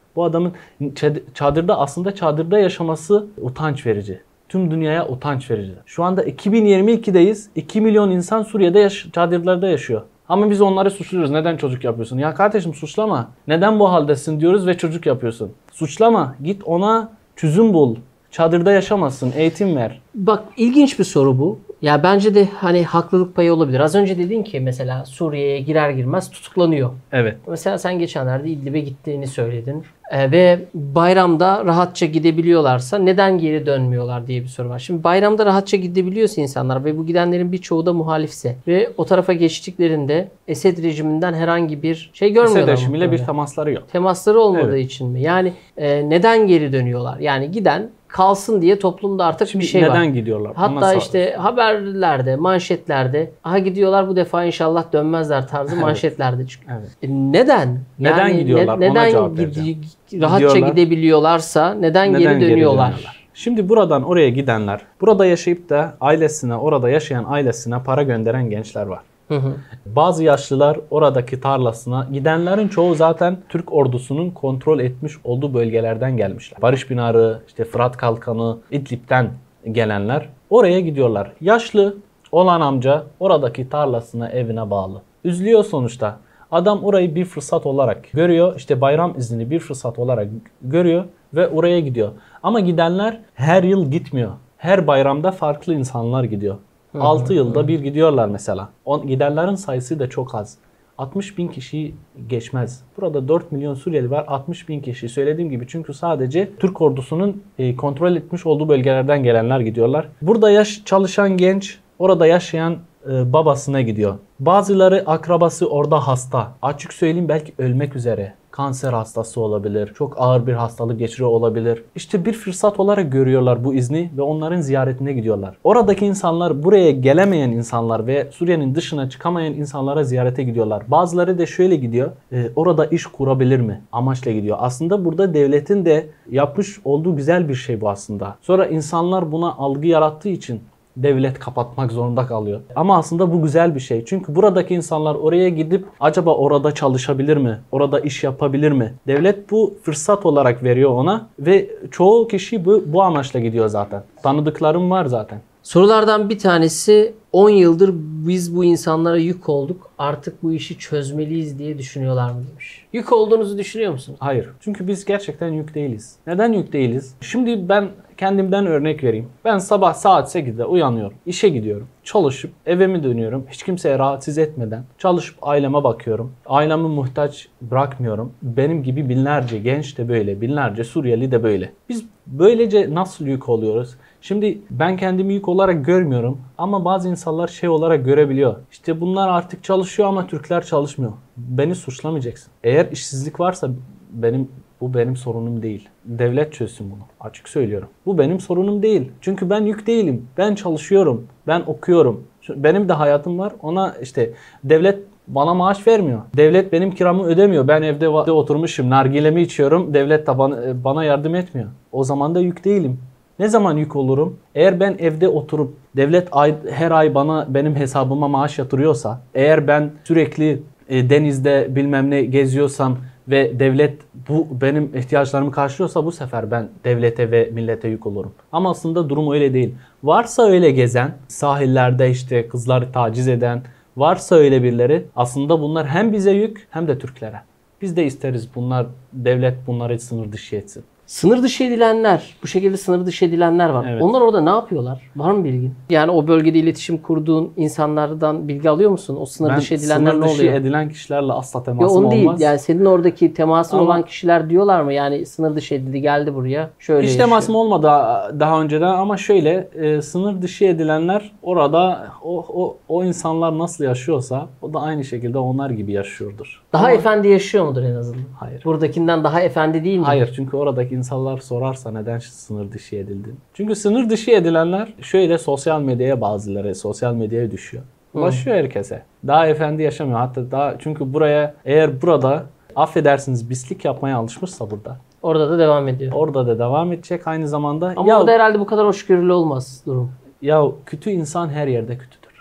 Bu adamın çadırda aslında çadırda yaşaması utanç verici. Tüm dünyaya utanç verici. Şu anda iki bin yirmi iki'deyiz. iki milyon insan Suriye'de yaş- çadırlarda yaşıyor. Ama biz onları suçluyoruz. Neden çocuk yapıyorsun? Ya kardeşim suçlama. Neden bu haldesin diyoruz ve çocuk yapıyorsun. Suçlama. Git ona çözüm bul. Çadırda yaşamazsın. Eğitim ver. Bak ilginç bir soru bu. Ya bence de hani haklılık payı olabilir. Az önce dedin ki mesela Suriye'ye girer girmez tutuklanıyor. Evet. Mesela sen geçenlerde İdlib'e gittiğini söyledin. Ee, ve bayramda rahatça gidebiliyorlarsa neden geri dönmüyorlar diye bir soru var. Şimdi bayramda rahatça gidebiliyorsa insanlar ve bu gidenlerin birçoğu da muhalifse ve o tarafa geçtiklerinde Esed rejiminden herhangi bir şey görmüyorlar. Esed rejimiyle bir temasları yok. Temasları olmadığı Evet. için mi? Yani e, neden geri dönüyorlar? Yani giden kalsın diye toplumda artık Şimdi bir şey neden var. gidiyorlar? Hatta Ona işte haberlerde, manşetlerde aha gidiyorlar bu defa inşallah dönmezler tarzı Evet. manşetlerde çıkıyor. Evet. E, neden? Neden Yani gidiyorlar? ne- Ona neden cevap gidi- vereceğim. rahatça Gidiyorlar. gidebiliyorlarsa neden, Neden geri geri dönüyorlar? dönüyorlar? Şimdi buradan oraya gidenler, burada yaşayıp da ailesine, orada yaşayan ailesine para gönderen gençler var. Hı hı. Bazı yaşlılar oradaki tarlasına, gidenlerin çoğu zaten Türk ordusunun kontrol etmiş olduğu bölgelerden gelmişler. Barış Pınarı, işte Fırat Kalkanı, İdlib'den gelenler oraya gidiyorlar. Yaşlı olan amca oradaki tarlasına, evine bağlı. Üzülüyor sonuçta. Adam orayı bir fırsat olarak görüyor. İşte bayram iznini bir fırsat olarak görüyor ve oraya gidiyor. Ama gidenler her yıl gitmiyor. Her bayramda farklı insanlar gidiyor. altı yılda bir gidiyorlar mesela. O gidenlerin sayısı da çok az. altmış bin kişi geçmez. Burada dört milyon Suriyeli var. altmış bin kişi. Söylediğim gibi çünkü sadece Türk ordusunun e, kontrol etmiş olduğu bölgelerden gelenler gidiyorlar. Burada yaş çalışan genç, orada yaşayan e, babasına gidiyor. Bazıları akrabası orada hasta. Açık söyleyeyim belki ölmek üzere. Kanser hastası olabilir. Çok ağır bir hastalık geçiriyor olabilir. İşte bir fırsat olarak görüyorlar bu izni ve onların ziyaretine gidiyorlar. Oradaki insanlar, buraya gelemeyen insanlar ve Suriye'nin dışına çıkamayan insanlara ziyarete gidiyorlar. Bazıları da şöyle gidiyor. E, orada iş kurabilir mi? Amaçla gidiyor. Aslında burada devletin de yapmış olduğu güzel bir şey bu aslında. Sonra insanlar buna algı yarattığı için devlet kapatmak zorunda kalıyor. Ama aslında bu güzel bir şey. Çünkü buradaki insanlar oraya gidip acaba orada çalışabilir mi? Orada iş yapabilir mi? Devlet bu fırsat olarak veriyor ona ve çoğu kişi bu, bu amaçla gidiyor zaten. Tanıdıklarım var zaten. Sorulardan bir tanesi on yıldır biz bu insanlara yük olduk. Artık bu işi çözmeliyiz diye düşünüyorlar mı demiş. Yük olduğunuzu düşünüyor musunuz? Hayır. Çünkü biz gerçekten yük değiliz. Neden yük değiliz? Şimdi ben kendimden örnek vereyim. Ben sabah saat sekizde uyanıyorum. İşe gidiyorum. Çalışıp eve mi dönüyorum? Hiç kimseye rahatsız etmeden. Çalışıp aileme bakıyorum. Ailemi muhtaç bırakmıyorum. Benim gibi binlerce genç de böyle. Binlerce Suriyeli de böyle. Biz böylece nasıl yük oluyoruz? Şimdi ben kendimi yük olarak görmüyorum ama bazı insanlar şey olarak görebiliyor. İşte bunlar artık çalışıyor ama Türkler çalışmıyor. Beni suçlamayacaksın. Eğer işsizlik varsa benim bu benim sorunum değil. Devlet çözsün bunu. Açık söylüyorum. Bu benim sorunum değil. Çünkü ben yük değilim. Ben çalışıyorum. Ben okuyorum. Benim de hayatım var. Ona işte devlet bana maaş vermiyor. Devlet benim kiramı ödemiyor. Ben evde oturmuşum. Nargilemi içiyorum. Devlet de bana, bana yardım etmiyor. O zaman da yük değilim. Ne zaman yük olurum? Eğer ben evde oturup devlet ay, her ay bana benim hesabıma maaş yatırıyorsa, eğer ben sürekli e, denizde bilmem ne geziyorsam ve devlet bu benim ihtiyaçlarımı karşılıyorsa bu sefer ben devlete ve millete yük olurum. Ama aslında durum öyle değil. Varsa öyle gezen, sahillerde işte kızları taciz eden, varsa öyle birileri aslında bunlar hem bize yük hem de Türklere. Biz de isteriz bunlar devlet bunları sınır dışı etsin. Sınır dışı edilenler, bu şekilde sınır dışı edilenler var. Evet. Onlar orada ne yapıyorlar? Var mı bilgin? Yani o bölgede iletişim kurduğun insanlardan bilgi alıyor musun? O sınır Ben dışı edilenler sınır ne dışı oluyor? edilen kişilerle asla Ya temasım onu değil. olmaz. Yani senin oradaki temasın Ama- olan kişiler diyorlar mı? Yani sınır dışı edildi, geldi buraya. Şöyle Hiç yaşıyor. temasım olmadı daha önceden ama şöyle e, sınır dışı edilenler orada o, o, o insanlar nasıl yaşıyorsa o da aynı şekilde onlar gibi yaşıyordur. Daha Ama- efendi yaşıyor mudur en azından? Hayır. Buradakinden daha efendi değil mi? Hayır çünkü oradaki insanlar sorarsa neden sınır dışı edildin? Çünkü sınır dışı edilenler şöyle sosyal medyaya bazıları sosyal medyaya düşüyor. Ulaşıyor herkese. Daha efendi yaşamıyor. Hatta daha çünkü buraya eğer burada affedersiniz pislik yapmaya alışmışsa burada. Orada da devam ediyor. Orada da devam edecek aynı zamanda. Ama ya, orada herhalde bu kadar hoşgörülü olmaz durum. ya kötü insan her yerde kötüdür.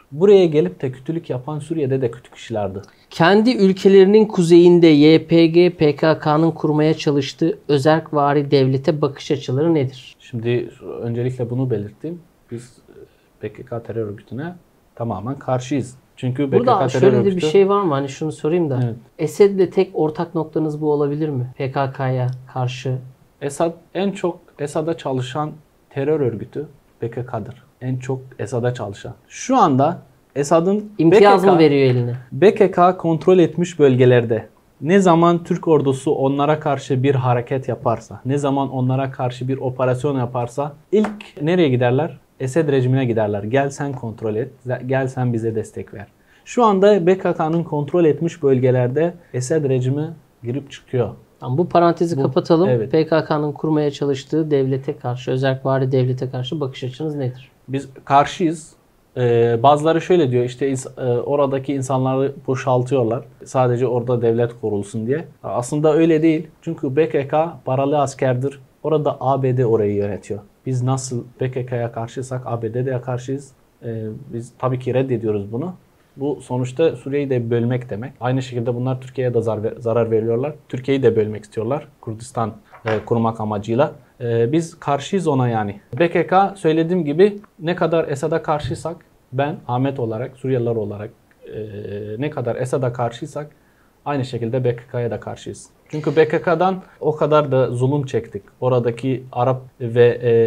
Buraya gelip de kötülük yapan Suriye'de de kötü kişilerdi. Kendi ülkelerinin kuzeyinde Y P G P K K'nın kurmaya çalıştığı özerkvari devlete bakış açıları nedir? Şimdi öncelikle bunu belirttim. Biz P K K terör örgütüne tamamen karşıyız. Çünkü Burada P K K şöyle terör de örgütü... bir şey var mı? Hani şunu sorayım da. Evet. Esed'le tek ortak noktanız bu olabilir mi? P K K'ya karşı. Esad en çok Esad'a çalışan terör örgütü P K K'dır. En çok Esad'a çalışan. Şu anda Esad'ın İmtiyaz B K K, mı veriyor eline? B K K kontrol etmiş bölgelerde ne zaman Türk ordusu onlara karşı bir hareket yaparsa, ne zaman onlara karşı bir operasyon yaparsa ilk nereye giderler? Esed rejimine giderler. Gel sen kontrol et, gel sen bize destek ver. Şu anda B K K'nın kontrol etmiş bölgelerde Esed rejimi girip çıkıyor. Tamam, bu parantezi Bu, kapatalım. evet. P K K'nın kurmaya çalıştığı devlete karşı, özerkvari devlete karşı bakış açınız nedir? Biz karşıyız. Ee, bazıları şöyle diyor, işte e, oradaki insanları boşaltıyorlar. Sadece orada devlet kurulsun diye. Aslında öyle değil. Çünkü B K K paralı askerdir. Orada A B D orayı yönetiyor. Biz nasıl B K K'ya karşıysak A B D'ye karşıyız. Ee, biz tabii ki reddediyoruz bunu. Bu sonuçta Suriye'yi de bölmek demek. Aynı şekilde bunlar Türkiye'ye de zarar, zarar veriyorlar. Türkiye'yi de bölmek istiyorlar. Kürdistan e, kurmak amacıyla. E, biz karşıyız ona yani. B K K söylediğim gibi ne kadar Esad'a karşıysak, ben Ahmet olarak, Suriyeliler olarak e, ne kadar Esad'a karşıysak aynı şekilde B K K'ya da karşıyız. Çünkü B K K'dan o kadar da zulüm çektik. Oradaki Arap ve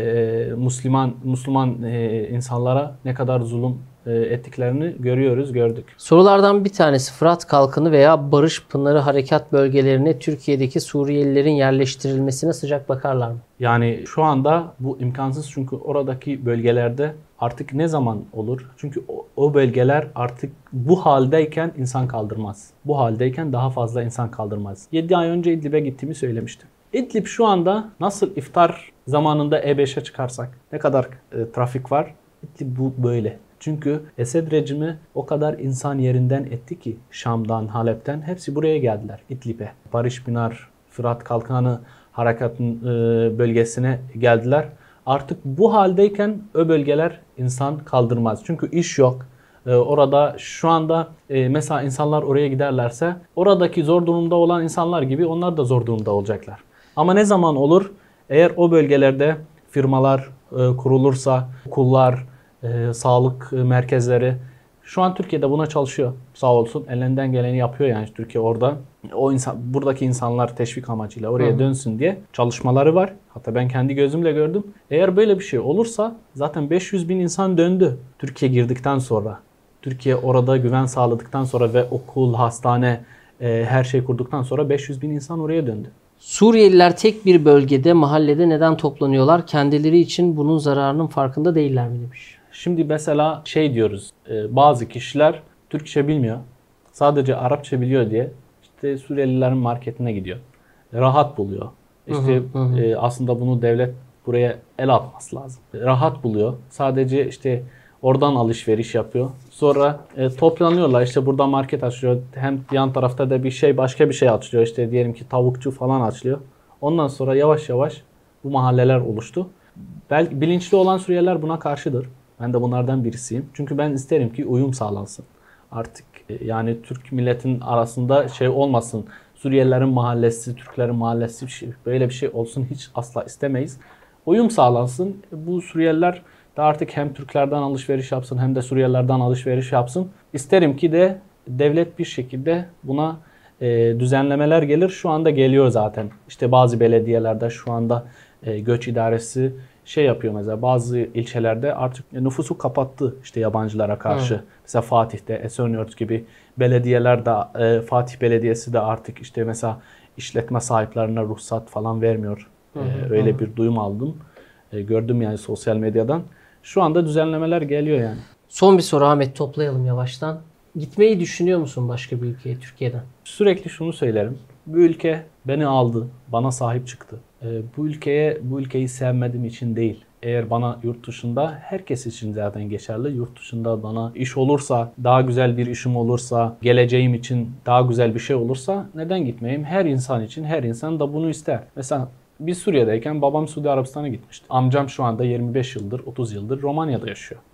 e, Müslüman Müslüman e, insanlara ne kadar zulüm e, ettiklerini görüyoruz, gördük. Sorulardan bir tanesi, Fırat Kalkanı veya Barış Pınarı harekat bölgelerine Türkiye'deki Suriyelilerin yerleştirilmesine sıcak bakarlar mı? Yani şu anda bu imkansız, çünkü oradaki bölgelerde artık ne zaman olur? Çünkü o, o bölgeler artık bu haldeyken insan kaldırmaz. Bu haldeyken daha fazla insan kaldırmaz. yedi ay önce İdlib'e gittiğimi söylemiştim. İdlib şu anda nasıl iftar zamanında E beşe çıkarsak ne kadar e, trafik var? İdlib bu böyle. Çünkü Esed rejimi o kadar insan yerinden etti ki Şam'dan, Halep'ten hepsi buraya geldiler İdlib'e. Barış Pınar, Fırat Kalkanı harekatın e, bölgesine geldiler. Artık bu haldeyken o bölgeler insan kaldırmaz. Çünkü iş yok. E, orada şu anda e, mesela insanlar oraya giderlerse oradaki zor durumda olan insanlar gibi onlar da zor durumda olacaklar. Ama ne zaman olur? Eğer o bölgelerde firmalar e, kurulursa, okullar, e, sağlık merkezleri, şu an Türkiye'de buna çalışıyor. Sağ olsun ellerinden geleni yapıyor yani Türkiye orada. O insan, buradaki insanlar teşvik amacıyla oraya dönsün diye çalışmaları var. Hatta ben kendi gözümle gördüm. Eğer böyle bir şey olursa zaten beş yüz bin insan döndü Türkiye girdikten sonra. Türkiye orada güven sağladıktan sonra ve okul, hastane, e, her şey kurduktan sonra beş yüz bin insan oraya döndü. Suriyeliler tek bir bölgede, mahallede neden toplanıyorlar? Kendileri için bunun zararının farkında değiller mi demiş. Şimdi mesela şey diyoruz, e, bazı kişiler Türkçe bilmiyor, sadece Arapça biliyor diye işte Suriyelilerin marketine gidiyor. Rahat buluyor. İşte hı hı. E, aslında bunu devlet buraya el atması lazım. Rahat buluyor. Sadece işte oradan alışveriş yapıyor. Sonra e, toplanıyorlar. İşte burada market açılıyor. Hem yan tarafta da bir şey, başka bir şey açılıyor. İşte diyelim ki tavukçu falan açılıyor. Ondan sonra yavaş yavaş bu mahalleler oluştu. Belki bilinçli olan Suriyeliler buna karşıdır. Ben de bunlardan birisiyim. Çünkü ben isterim ki uyum sağlansın. Artık yani Türk milletin arasında şey olmasın. Suriyelilerin mahallesi, Türklerin mahallesi bir şey, böyle bir şey olsun hiç asla istemeyiz. Uyum sağlansın. Bu Suriyeliler de artık hem Türklerden alışveriş yapsın hem de Suriyelilerden alışveriş yapsın. İsterim ki de devlet bir şekilde buna e, düzenlemeler gelir. Şu anda geliyor zaten. İşte bazı belediyelerde şu anda e, göç idaresi şey yapıyor mesela, bazı ilçelerde artık nüfusu kapattı işte yabancılara karşı. Hı. Mesela Fatih'te, Esenyurt gibi belediyeler de, e, Fatih Belediyesi de artık işte mesela işletme sahiplerine ruhsat falan vermiyor. Hı hı, e, öyle hı. bir duyum aldım. E, gördüm yani sosyal medyadan. Şu anda düzenlemeler geliyor yani. Son bir soru Ahmet, toplayalım yavaştan. Gitmeyi düşünüyor musun başka bir ülkeye Türkiye'den? Sürekli şunu söylerim. Bu ülke beni aldı, bana sahip çıktı. Ee, bu ülkeye, bu ülkeyi sevmediğim için değil. Eğer bana yurt dışında, herkes için zaten geçerli. Yurt dışında bana iş olursa, daha güzel bir işim olursa, geleceğim için daha güzel bir şey olursa neden gitmeyeyim? Her insan için, her insan da bunu ister. Mesela biz Suriye'deyken babam Suudi Arabistan'a gitmişti. Amcam şu anda yirmi beş yıldır, otuz yıldır Romanya'da yaşıyor.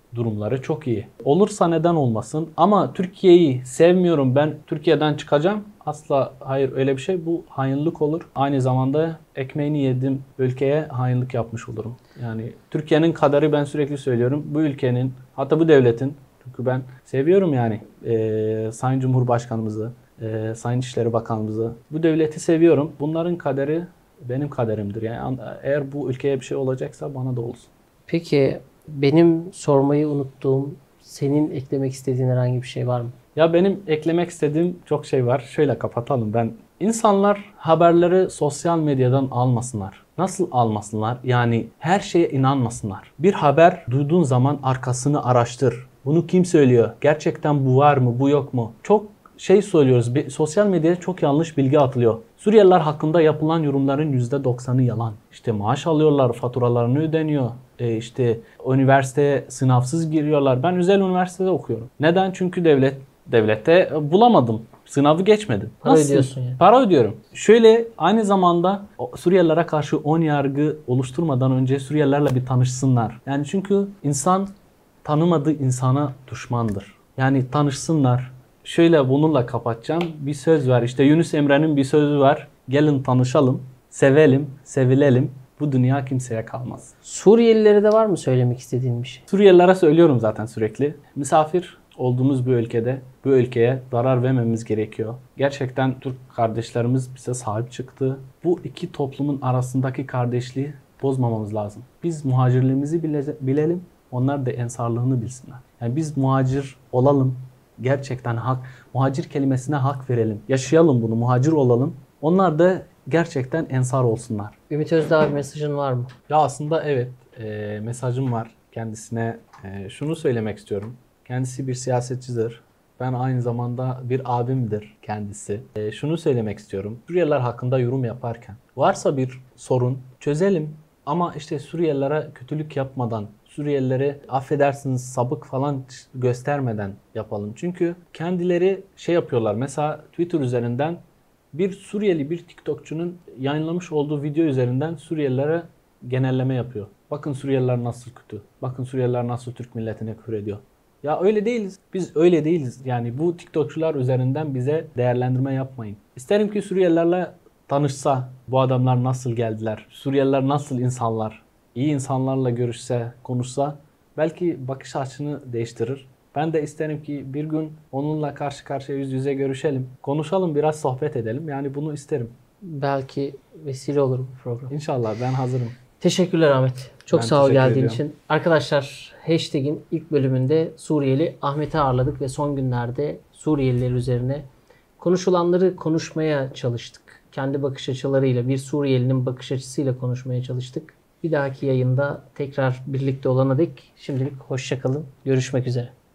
Durumları çok iyi. Olursa neden olmasın? Ama Türkiye'yi sevmiyorum, ben Türkiye'den çıkacağım. Asla hayır, öyle bir şey. Bu hainlik olur. Aynı zamanda ekmeğini yediğim ülkeye hainlik yapmış olurum. Yani Türkiye'nin kaderi, ben sürekli söylüyorum. Bu ülkenin, hatta bu devletin, çünkü ben seviyorum yani e, Sayın Cumhurbaşkanımızı, e, Sayın İçişleri Bakanımızı. Bu devleti seviyorum. Bunların kaderi benim kaderimdir. Yani eğer bu ülkeye bir şey olacaksa bana da olsun. Peki benim sormayı unuttuğum, senin eklemek istediğin herhangi bir şey var mı? Ya benim eklemek istediğim çok şey var. Şöyle kapatalım ben. İnsanlar haberleri sosyal medyadan almasınlar. Nasıl almasınlar? Yani her şeye inanmasınlar. Bir haber duyduğun zaman arkasını araştır. Bunu kim söylüyor? Gerçekten bu var mı? Bu yok mu? Çok şey söylüyoruz. Bir, sosyal medyaya çok yanlış bilgi atılıyor. Suriyeliler hakkında yapılan yorumların yüzde doksanı yalan. İşte maaş alıyorlar, faturalarını ödeniyor. E işte üniversiteye sınavsız giriyorlar. Ben özel üniversitede okuyorum. Neden? Çünkü devlet devlette bulamadım. Sınavı geçmedim. Para Nasıl? ödüyorsun yani. Para ödüyorum. Şöyle aynı zamanda Suriyelilere karşı ön yargı oluşturmadan önce Suriyelilerle bir tanışsınlar. Yani çünkü insan tanımadığı insana düşmandır. Yani tanışsınlar. Şöyle bununla kapatacağım. Bir söz var. İşte Yunus Emre'nin bir sözü var. Gelin tanışalım, sevelim, sevilelim. Bu dünya kimseye kalmaz. Suriyelilere de var mı söylemek istediğin bir şey? Suriyelilere söylüyorum zaten sürekli. Misafir olduğumuz bu ülkede, bu ülkeye zarar vermemiz gerekiyor. Gerçekten Türk kardeşlerimiz bize sahip çıktı. Bu iki toplumun arasındaki kardeşliği bozmamamız lazım. Biz muhacirliğimizi bile- bilelim, onlar da ensarlığını bilsinler. Yani biz muhacir olalım. Gerçekten hak, muhacir kelimesine hak verelim. Yaşayalım bunu, muhacir olalım. Onlar da gerçekten ensar olsunlar. Ümit Özdağ bir mesajın var mı? Ya aslında evet, e, mesajım var kendisine. E, şunu söylemek istiyorum. Kendisi bir siyasetçidir. Ben aynı zamanda bir abimdir kendisi. E, şunu söylemek istiyorum. Suriyeliler hakkında yorum yaparken varsa bir sorun çözelim. Ama işte Suriyelilere kötülük yapmadan, Suriyelilere affedersiniz sabık falan göstermeden yapalım. Çünkü kendileri şey yapıyorlar. Mesela Twitter üzerinden bir Suriyeli bir TikTokçunun yayınlamış olduğu video üzerinden Suriyelilere genelleme yapıyor. Bakın Suriyeliler nasıl kötü. Bakın Suriyeliler nasıl Türk milletine küfür ediyor. Ya öyle değiliz. Biz öyle değiliz. Yani bu TikTokçular üzerinden bize değerlendirme yapmayın. İsterim ki Suriyelilerle tanışsa, bu adamlar nasıl geldiler, Suriyeliler nasıl insanlar, iyi insanlarla görüşse, konuşsa belki bakış açını değiştirir. Ben de isterim ki bir gün onunla karşı karşıya yüz yüze görüşelim, konuşalım, biraz sohbet edelim. Yani bunu isterim. Belki vesile olur bu program. İnşallah, ben hazırım. Teşekkürler Ahmet. Çok Ben sağ ol teşekkür geldiğin ediyorum. için. Arkadaşlar Hashtag'in ilk bölümünde Suriyeli Ahmet'i ağırladık ve son günlerde Suriyeliler üzerine konuşulanları konuşmaya çalıştık. Kendi bakış açılarıyla, bir Suriyelinin bakış açısıyla konuşmaya çalıştık. Bir dahaki yayında tekrar birlikte olana dek şimdilik hoşça kalın. Görüşmek üzere.